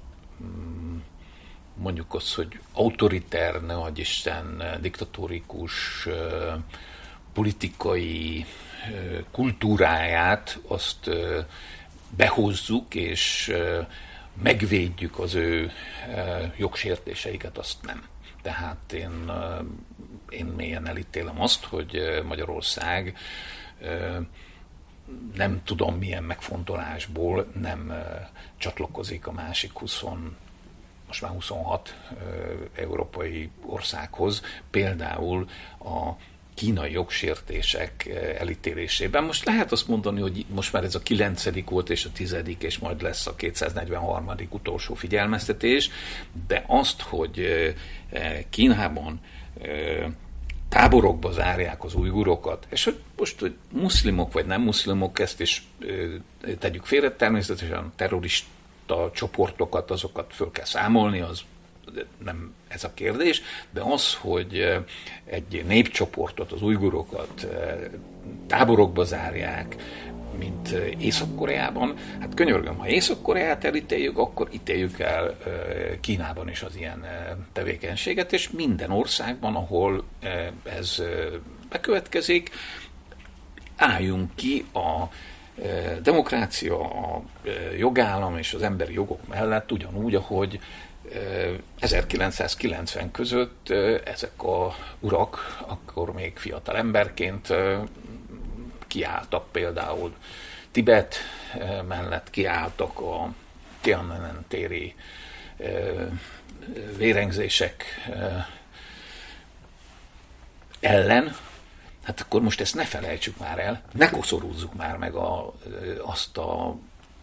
mondjuk azt, hogy autoriter, ne adj Isten, diktatórikus politikai kultúráját, azt behozzuk, és megvédjük az ő jogsértéseiket, azt nem. Tehát én mélyen elítélem azt, hogy Magyarország nem tudom milyen megfontolásból nem csatlakozik a másik 26 európai országhoz, például a kínai jogsértések elítélésében. Most lehet azt mondani, hogy most már ez a 9. volt, és a 10. és majd lesz a 243. utolsó figyelmeztetés, de azt, hogy Kínában táborokba zárják az ujgurokat, és hogy most, hogy muszlimok vagy nem muszlimok, ezt is tegyük félre, természetesen terrorista csoportokat, azokat föl kell számolni, az nem ez a kérdés, de az, hogy egy népcsoportot, az ujgurokat táborokba zárják, mint Észak-Koreában, hát könyörgöm, ha Észak-Koreát elítéljük, akkor ítéljük el Kínában is az ilyen tevékenységet, és minden országban, ahol ez bekövetkezik, álljunk ki a demokrácia, a jogállam és az emberi jogok mellett ugyanúgy, ahogy 1990 között ezek a urak, akkor még fiatal emberként kiálltak például Tibet mellett, kiálltak a Tiananmen téri vérengzések ellen. Hát akkor most ezt ne felejtsük már el, ne koszorúzzuk már meg azt a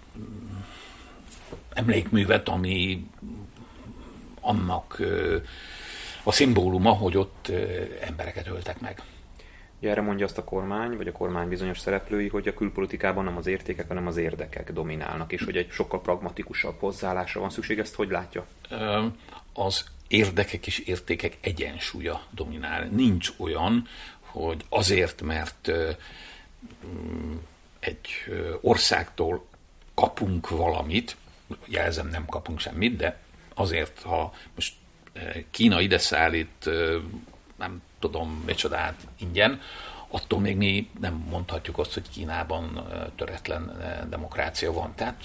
emlékművet, ami annak a szimbóluma, hogy ott embereket öltek meg. Erre mondja azt a kormány, vagy a kormány bizonyos szereplői, hogy a külpolitikában nem az értékek, hanem az érdekek dominálnak, és hogy egy sokkal pragmatikusabb hozzáállásra van szükség. Ezt hogy látja? Az érdekek és értékek egyensúlya dominál. Nincs olyan, hogy azért, mert egy országtól kapunk valamit, jelzem, nem kapunk semmit, de azért, ha most Kína ide szállít, nem tudom micsodát ingyen, attól még mi nem mondhatjuk azt, hogy Kínában töretlen demokrácia van. Tehát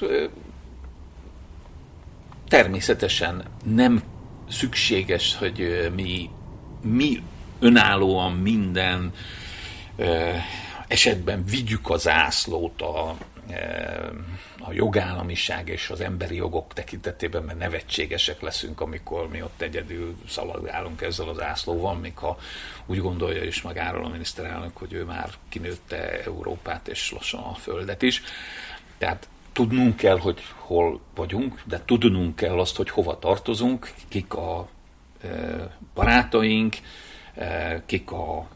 természetesen nem szükséges, hogy mi önállóan minden esetben vigyük a zászlót a jogállamiság és az emberi jogok tekintetében, mert nevetségesek leszünk, amikor mi ott egyedül szaladgálunk ezzel az zászlóval, míg ha úgy gondolja is magáról a miniszterelnök, hogy ő már kinőtte Európát és lassan a Földet is. Tehát tudnunk kell, hogy hol vagyunk, de tudnunk kell azt, hogy hova tartozunk, kik a barátaink, kik a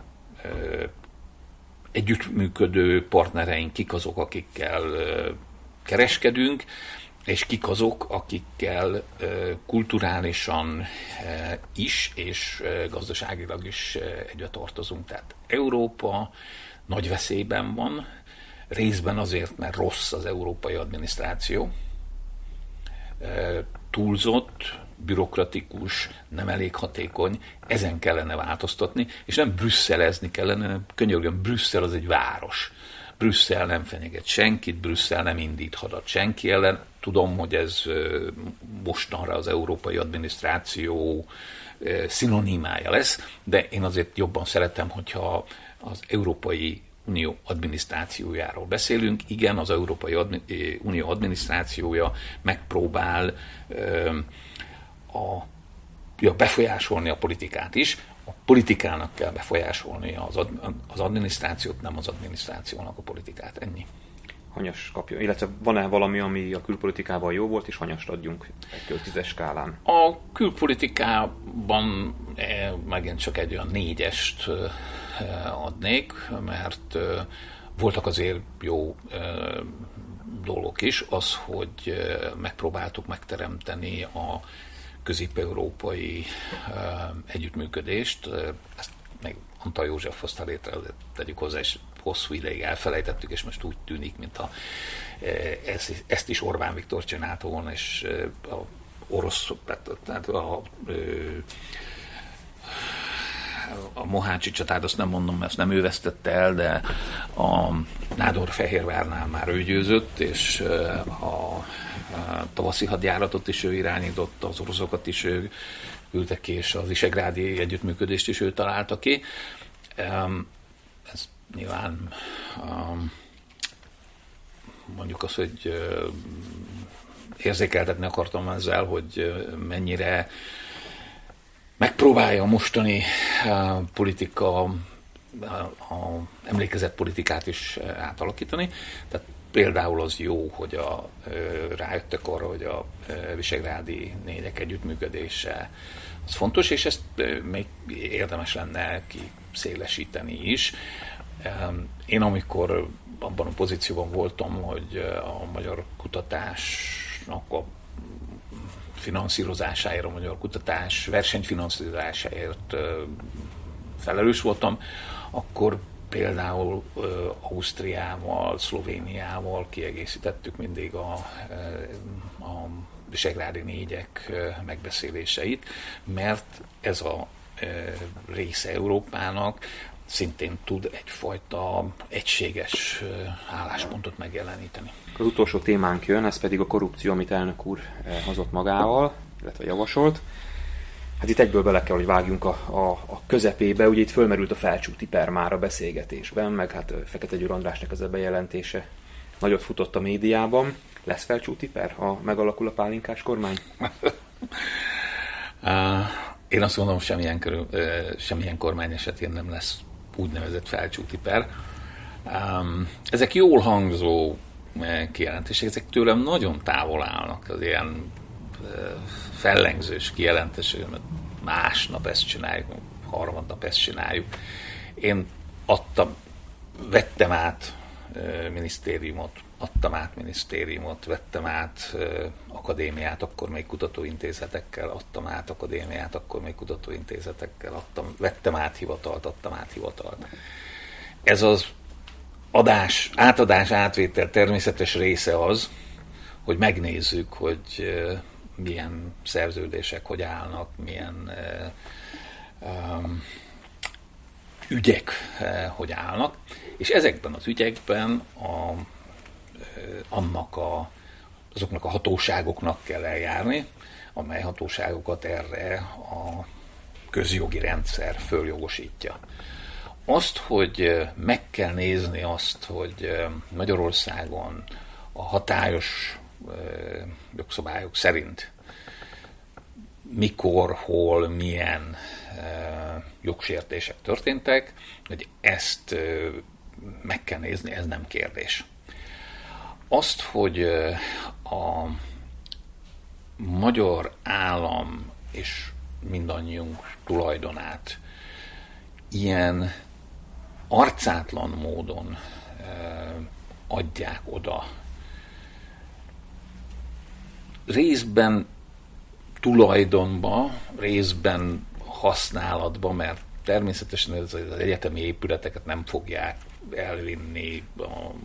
együttműködő partnereink, kik azok, akikkel kereskedünk, és kik azok, akikkel kulturálisan is, és gazdaságilag is egybe tartozunk. Tehát Európa nagy veszélyben van, részben azért, mert rossz az európai adminisztráció, túlzott, bürokratikus, nem elég hatékony, ezen kellene változtatni, és nem brüsszelezni kellene, hanem könyörgöm, Brüsszel az egy város. Brüsszel nem fenyeget senkit, Brüsszel nem indít hadat senki ellen. Tudom, hogy ez mostanra az európai adminisztráció szinonimája lesz, de én azért jobban szeretem, hogyha az Európai Unió adminisztrációjáról beszélünk. Igen, az Európai Unió adminisztrációja megpróbál befolyásolni a politikát is. A politikának kell befolyásolni az adminisztrációt, nem az adminisztrációnak a politikát. Ennyi. Hanyas kapja, illetve van-e valami, ami a külpolitikában jó volt, és hanyast adjunk 1-10-es skálán? A külpolitikában megint csak egy olyan 4-est adnék, mert voltak azért jó dolgok is, az, hogy megpróbáltuk megteremteni a közép-európai együttműködést. Ezt még Antal József hozta létre, tegyük hozzá, és hosszú ideig elfelejtettük, és most úgy tűnik, mintha ezt is Orbán Viktor csinálta volna, és a orosz, tehát a Mohácsi csatát, azt nem mondom, mert azt nem ő vesztette el, de a Nádor-Fehérvárnál már ő győzött, és a tavaszi hadjáratot is ő irányította, az oroszokat is ő küldte ki, és az visegrádi együttműködést is ő találta ki. Ez nyilván mondjuk azt, hogy érzékeltetni akartam ezzel, hogy mennyire megpróbálja a mostani politika a emlékezett politikát is átalakítani. Tehát például az jó, hogy rájöttek arra, hogy a visegrádi négyek együttműködése az fontos, és ezt még érdemes lenne kiszélesíteni is. Én amikor abban a pozícióban voltam, hogy a magyar kutatásnak a finanszírozásáért, a magyar kutatás versenyfinanszírozásáért felelős voltam, akkor például Ausztriával, Szlovéniával kiegészítettük mindig a visegrádi négyek megbeszéléseit, mert ez a része Európának szintén tud egyfajta egységes álláspontot megjeleníteni. Az utolsó témánk jön, ez pedig a korrupció, amit elnök úr hozott magával, illetve javasolt. Hát itt egyből bele kell, hogy vágjunk a közepébe. Ugye itt fölmerült a Felcsúti per már a beszélgetésben, meg hát Fekete Győr Andrásnak ez a bejelentése nagyot futott a médiában. Lesz Felcsúti per, ha megalakul a pálinkás kormány? Én azt mondom, semmilyen kormány esetén nem lesz úgynevezett Felcsúti per. Ezek jól hangzó kijelentések, ezek tőlem nagyon távol állnak, az ilyen fellengzős kijelentések, mert másnap ezt csináljuk, harmadnap ezt csináljuk. Én vettem át minisztériumot, vettem át akadémiát, akkor még kutatóintézetekkel, adtam át akadémiát, akkor még kutatóintézetekkel, vettem át hivatalt, adtam át hivatalt. Ez az átadás, átvétel természetes része az, hogy megnézzük, hogy milyen szerződések hogy állnak, milyen ügyek hogy állnak, és ezekben az ügyekben azoknak a hatóságoknak kell eljárni, amely hatóságokat erre a közjogi rendszer följogosítja. Azt, hogy meg kell nézni azt, hogy Magyarországon a hatályos jogszabályok szerint mikor, hol, milyen jogsértések történtek, hogy ezt meg kell nézni, ez nem kérdés. Azt, hogy a magyar állam és mindannyiunk tulajdonát ilyen arcátlan módon adják oda, részben tulajdonba, részben használatba, mert természetesen az egyetemi épületeket nem fogják elvinni a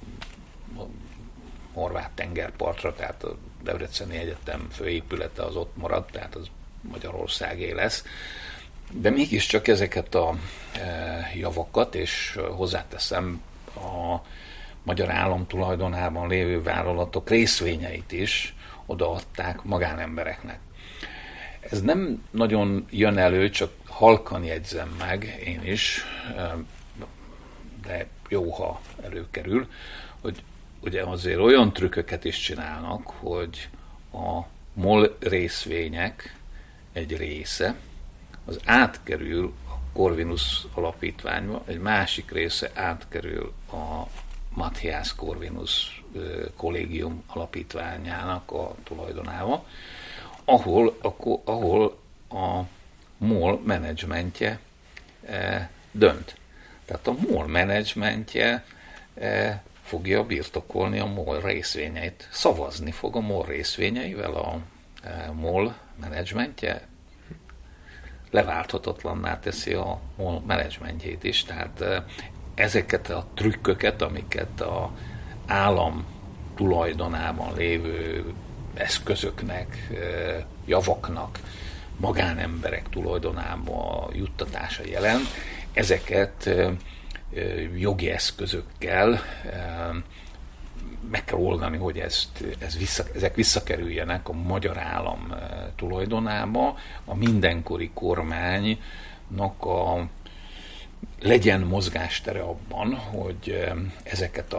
horvát tengerpartra, tehát a Debreceni Egyetem főépülete az ott marad, tehát az Magyarországé lesz. De mégiscsak ezeket a javakat, és hozzáteszem a magyar állam tulajdonában lévő vállalatok részvényeit is odaadták magánembereknek. Ez nem nagyon jön elő, csak halkan jegyzem meg én is, de jó, ha előkerül, hogy ugye azért olyan trükköket is csinálnak, hogy a MOL részvények egy része az átkerül a Corvinus alapítványba, egy másik része átkerül a Matthias Corvinus kollégium alapítványának a tulajdonába, ahol a MOL menedzsmentje dönt. Tehát a MOL menedzsmentje fogja birtokolni a MOL részvényeit. Szavazni fog a MOL részvényeivel a MOL menedzsmentje, leválthatatlanná teszi a MOL menedzsmentjét is. Tehát ezeket a trükköket, amiket az állam tulajdonában lévő eszközöknek, javaknak, magánemberek tulajdonába juttatása jelent, ezeket jogi eszközökkel meg kell oldani, hogy ezek visszakerüljenek a magyar állam tulajdonába, a mindenkori kormánynak legyen mozgástere abban, hogy ezeket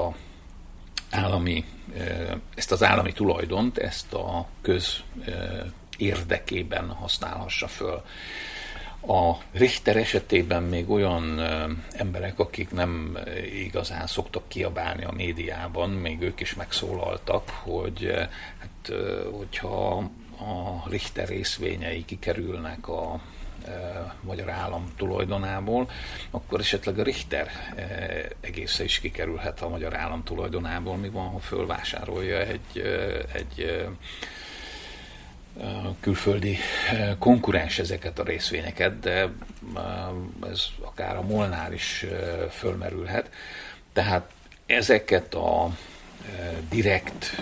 ezt az állami tulajdont, ezt a köz érdekében használhassa föl. A Richter esetében még olyan emberek, akik nem igazán szoktak kiabálni a médiában, még ők is megszólaltak, hogy hogyha a Richter részvényei kikerülnek a magyar állam tulajdonából, akkor esetleg a Richter egészen is kikerülhet a magyar állam tulajdonából, mi van, ha fölvásárolja egy külföldi konkurens ezeket a részvényeket, de ez akár a MOL-nál is fölmerülhet. Tehát ezeket a direkt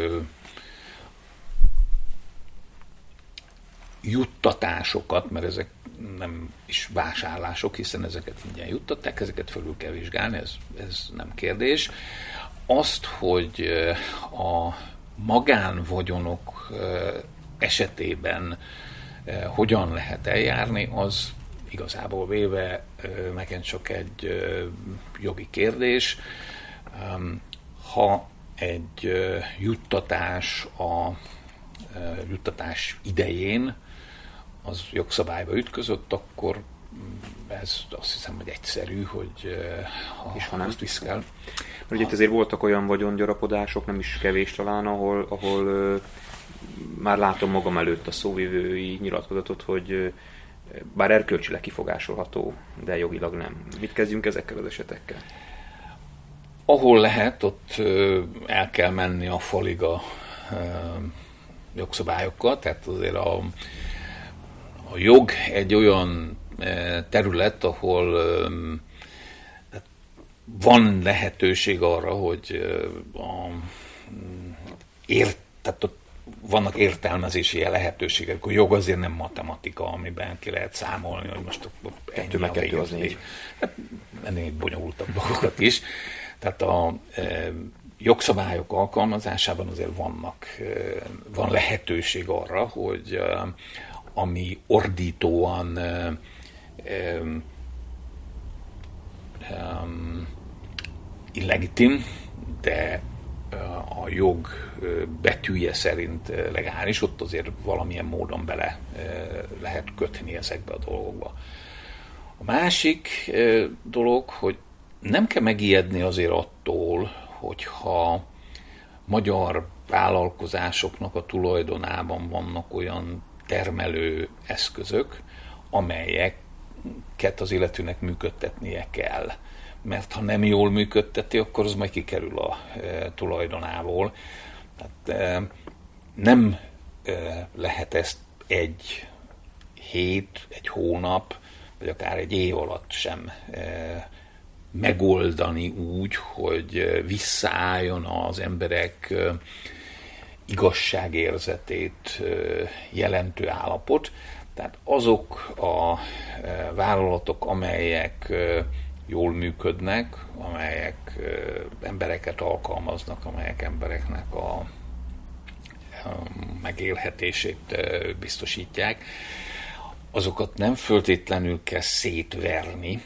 juttatásokat, mert ezek nem is vásárlások, hiszen ezeket ingyen juttatták, ezeket felül kell vizsgálni, ez nem kérdés. Azt, hogy a magánvagyonok esetében hogyan lehet eljárni, az igazából véve megint csak egy jogi kérdés. Ha egy juttatás a juttatás idején az jogszabályba ütközött, akkor ez azt hiszem, hogy egyszerű, hogy ha nem, azt visz kell. Mert ugye azért voltak olyan vagyongyarapodások, nem is kevés talán, ahol már látom magam előtt a szóvivői nyilatkozatot, hogy bár erkölcsileg kifogásolható, de jogilag nem. Mit kezdjünk ezekkel az esetekkel? Ahol lehet, ott el kell menni a falig a jogszabályokkal, tehát azért a jog egy olyan terület, ahol van lehetőség arra, hogy tehát vannak értelmezési lehetőségek, akkor jog azért nem matematika, amiben ki lehet számolni, hogy most kettő meg kettő az négy. Ennél bonyolultabb dolgokat is. Tehát a jogszabályok alkalmazásában azért van lehetőség arra, hogy ami ordítóan illegitim, de a jog betűje szerint legális, ott azért valamilyen módon bele lehet kötni ezekbe a dolgokba. A másik dolog, hogy nem kell megijedni azért attól, hogyha magyar vállalkozásoknak a tulajdonában vannak olyan termelő eszközök, amelyeket az illetőnek működtetnie kell. Mert ha nem jól működteti, akkor az majd kikerül a tulajdonából. Tehát nem lehet ezt egy hét, egy hónap, vagy akár egy év alatt sem megoldani úgy, hogy visszaálljon az emberek igazságérzetét jelentő állapot. Tehát azok a vállalatok, amelyek jól működnek, amelyek embereket alkalmaznak, amelyek embereknek a megélhetését biztosítják, azokat nem föltétlenül kell szétverni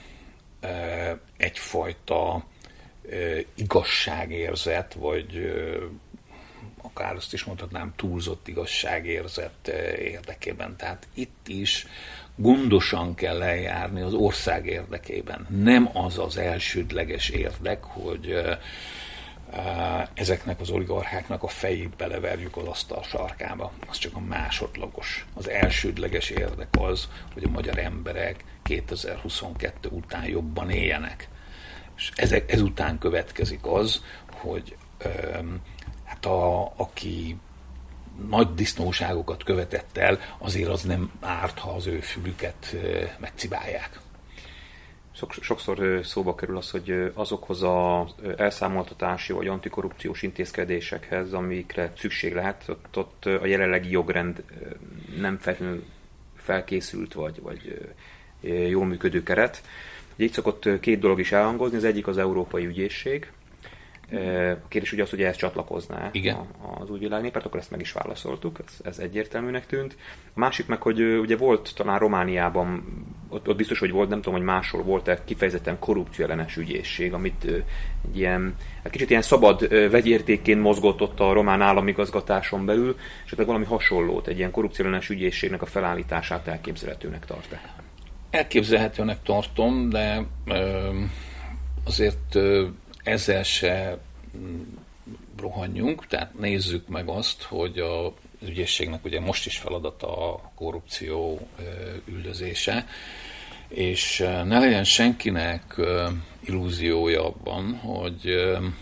egyfajta igazságérzet, vagy akár azt is mondhatnám túlzott igazságérzet érdekében. Tehát itt is gondosan kell eljárni az ország érdekében. Nem az az elsődleges érdek, hogy ezeknek az oligarcháknak a fejét beleverjük az asztal sarkába. Az csak a másodlagos. Az elsődleges érdek az, hogy a magyar emberek 2022 után jobban éljenek. És ezután következik az, hogy hát aki nagy disznóságokat követett el, azért az nem árt, ha az ő fülüket megcibálják. Sokszor szóba kerül az, hogy azokhoz az elszámoltatási vagy antikorrupciós intézkedésekhez, amikre szükség lehet, ott a jelenlegi jogrend nem feltétlenül felkészült, vagy jól működő keret. Így szokott két dolog is elhangozni, az egyik az Európai Ügyészség. A kérdés ugye az, hogy ehhez csatlakozná az új világnépet, akkor ezt meg is válaszoltuk, ez egyértelműnek tűnt. A másik meg, hogy ugye volt talán Romániában, ott biztos, hogy volt, nem tudom, hogy máshol volt-e kifejezetten korrupcióellenes ügyészség, amit egy ilyen, kicsit ilyen szabad vegyértékként mozgott ott a román államigazgatáson belül, és ott valami hasonlót, egy ilyen korrupcióellenes ügyészségnek a felállítását elképzelhetőnek tart-e? Elképzelhetőnek tartom, de azért ezzel se rohanjunk, tehát nézzük meg azt, hogy az ügyészségnek ugye most is feladata a korrupció üldözése, és ne legyen senkinek illúziója abban, hogy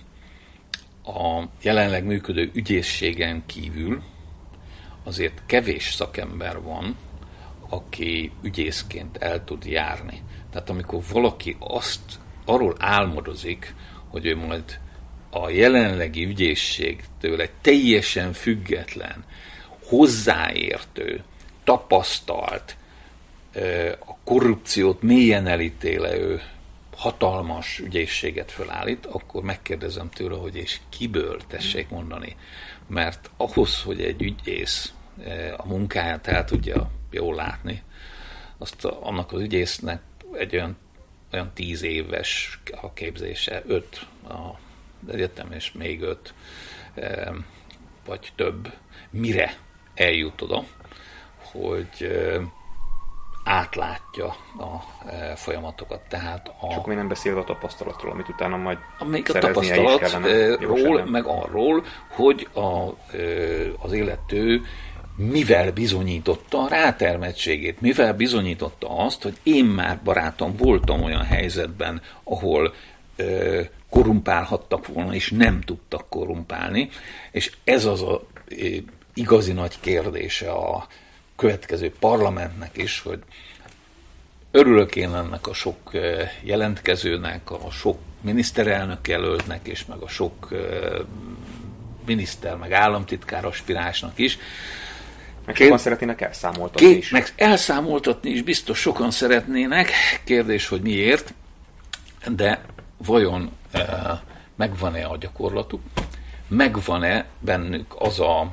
a jelenleg működő ügyészségen kívül azért kevés szakember van, aki ügyészként el tud járni. Tehát amikor valaki arról álmodozik, hogy ő majd a jelenlegi ügyészségtől egy teljesen független, hozzáértő, tapasztalt, a korrupciót mélyen elítélő hatalmas ügyészséget fölállít, akkor megkérdezem tőle, hogy és kiből, tessék mondani. Mert ahhoz, hogy egy ügyész a munkáját el tudja jól látni, azt annak az ügyésznek egy olyan 10 éves a képzése, 5 az egyetem, és még 5 vagy több, mire eljut oda, hogy átlátja a folyamatokat. Tehát csak még nem beszélve a tapasztalatról, amit utána majd még a szereznie is kellene. Meg arról, hogy az illető mivel bizonyította a rátermettségét, mivel bizonyította azt, hogy én már, barátom, voltam olyan helyzetben, ahol korrumpálhattak volna, és nem tudtak korrumpálni, és ez az a igazi nagy kérdése a következő parlamentnek is, hogy örülök én ennek a sok jelentkezőnek, a sok miniszterelnök jelöltnek, és meg a sok miniszter, meg államtitkár aspiránsnak is. Meg sokan szeretnének elszámoltatni is. Meg elszámoltatni is biztos sokan szeretnének, kérdés, hogy miért, de vajon megvan-e a gyakorlatuk, megvan-e bennük az a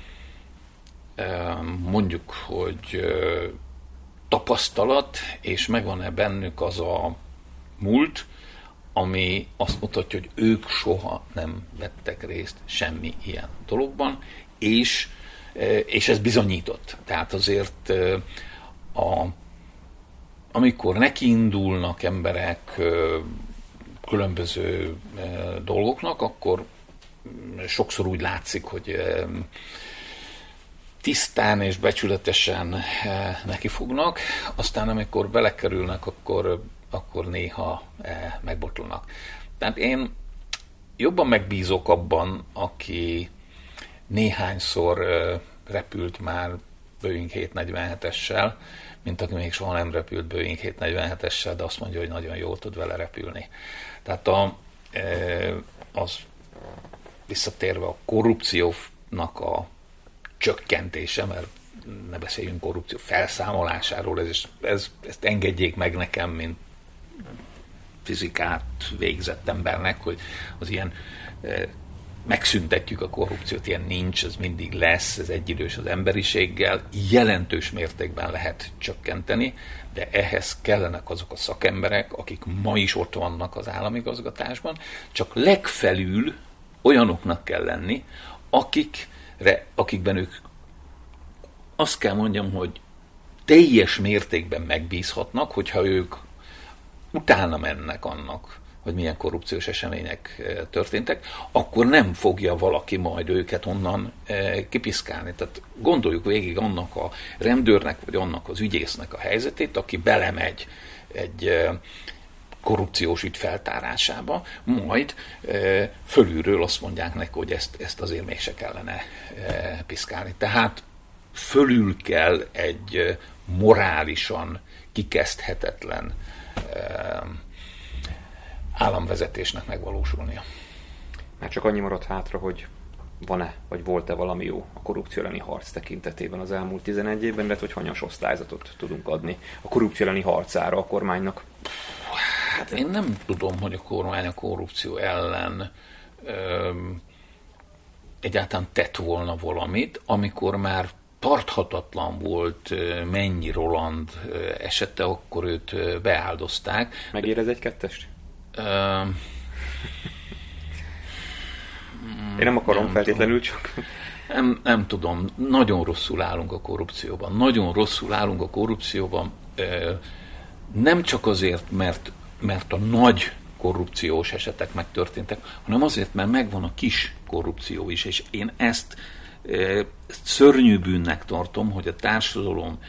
mondjuk, hogy tapasztalat, és megvan-e bennük az a múlt, ami azt mutatja, hogy ők soha nem vettek részt semmi ilyen dologban, és ez bizonyított. Tehát azért amikor nekiindulnak emberek különböző dolgoknak, akkor sokszor úgy látszik, hogy tisztán és becsületesen nekifognak, aztán amikor belekerülnek, akkor néha megbotlulnak. Tehát én jobban megbízok abban, aki néhányszor repült már Boeing 747-essel, mint aki még soha nem repült Boeing 747-essel, de azt mondja, hogy nagyon jól tud vele repülni. Tehát az visszatérve a korrupciónak a csökkentése, mert ne beszéljünk korrupció felszámolásáról, ezt engedjék meg nekem, mint fizikát végzett embernek, hogy az ilyen megszüntetjük a korrupciót, ilyen nincs, ez mindig lesz, ez egyidős az emberiséggel, jelentős mértékben lehet csökkenteni, de ehhez kellenek azok a szakemberek, akik ma is ott vannak az államigazgatásban, csak legfelül olyanoknak kell lenni, akikben ők azt kell mondjam, hogy teljes mértékben megbízhatnak, hogyha ők utána mennek annak, hogy milyen korrupciós események történtek, akkor nem fogja valaki majd őket onnan kipiszkálni. Tehát gondoljuk végig annak a rendőrnek, vagy annak az ügyésznek a helyzetét, aki belemegy egy korrupciós ügy feltárásába, majd fölülről azt mondják neki, hogy ezt azért mégse kellene piszkálni. Tehát fölül kell egy morálisan kikezdhetetlen államvezetésnek megvalósulnia. Már csak annyi maradt hátra, hogy van-e, vagy volt-e valami jó a korrupció elleni harc tekintetében az elmúlt 11 évben, illetve hogy hanyas osztályzatot tudunk adni a korrupció elleni harcára a kormánynak? Hát én nem tudom, hogy a kormány a korrupció ellen egyáltalán tett volna valamit, amikor már tarthatatlan volt Mennyi Roland esete, akkor őt beáldozták. Megérez egy kettest? Én nem akarom nem feltétlenül tudom. Csak... Nem tudom. Nagyon rosszul állunk a korrupcióban. Nagyon rosszul állunk a korrupcióban. Nem csak azért, mert a nagy korrupciós esetek megtörténtek, hanem azért, mert megvan a kis korrupció is, és én ezt szörnyű bűnnek tartom, hogy a társadalomban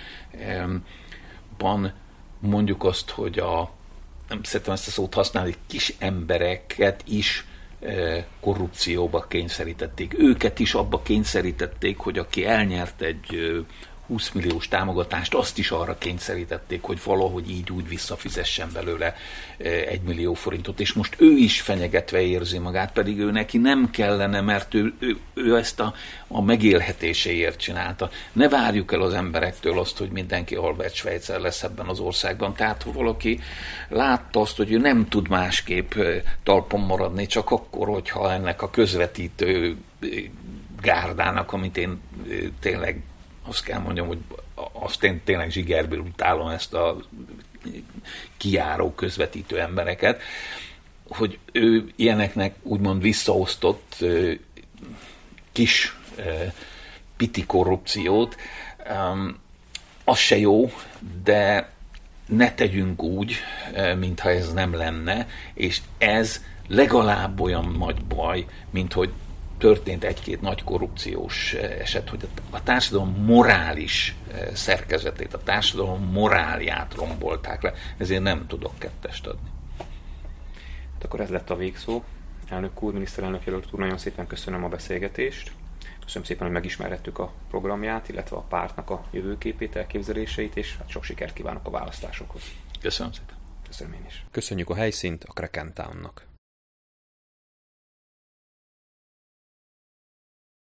mondjuk azt, hogy nem szeretem ezt a szót használni, kis embereket is korrupcióba kényszerítették. Őket is abba kényszerítették, hogy aki elnyert egy 20 milliós támogatást, azt is arra kényszerítették, hogy valahogy így úgy visszafizessen belőle 1 millió forintot, és most ő is fenyegetve érzi magát, pedig ő neki nem kellene, mert ő ezt a megélhetéséért csinálta. Ne várjuk el az emberektől azt, hogy mindenki Albert Schweitzer lesz ebben az országban. Tehát, ha valaki látta azt, hogy ő nem tud másképp talpon maradni, csak akkor, hogyha ennek a közvetítő gárdának, amit én tényleg azt kell mondjam, hogy azt én tényleg zsigerből utálom, ezt a kijáró közvetítő embereket, hogy ő ilyeneknek úgymond visszaosztott kis piti korrupciót, az se jó, de ne tegyünk úgy, mintha ez nem lenne, és ez legalább olyan nagy baj, mint hogy történt egy-két nagy korrupciós eset, hogy a társadalom morális szerkezetét, a társadalom morálját rombolták le, ezért nem tudok kettest adni. Hát akkor ez lett a végszó. Elnök úr, miniszterelnök jelölt úr, nagyon szépen köszönöm a beszélgetést. Köszönöm szépen, hogy megismerhettük a programját, illetve a pártnak a jövőképét, elképzeléseit, és hát sok sikert kívánok a választásokhoz. Köszönöm szépen. Köszönöm én is. Köszönjük a helyszínt a Kraken Townnak.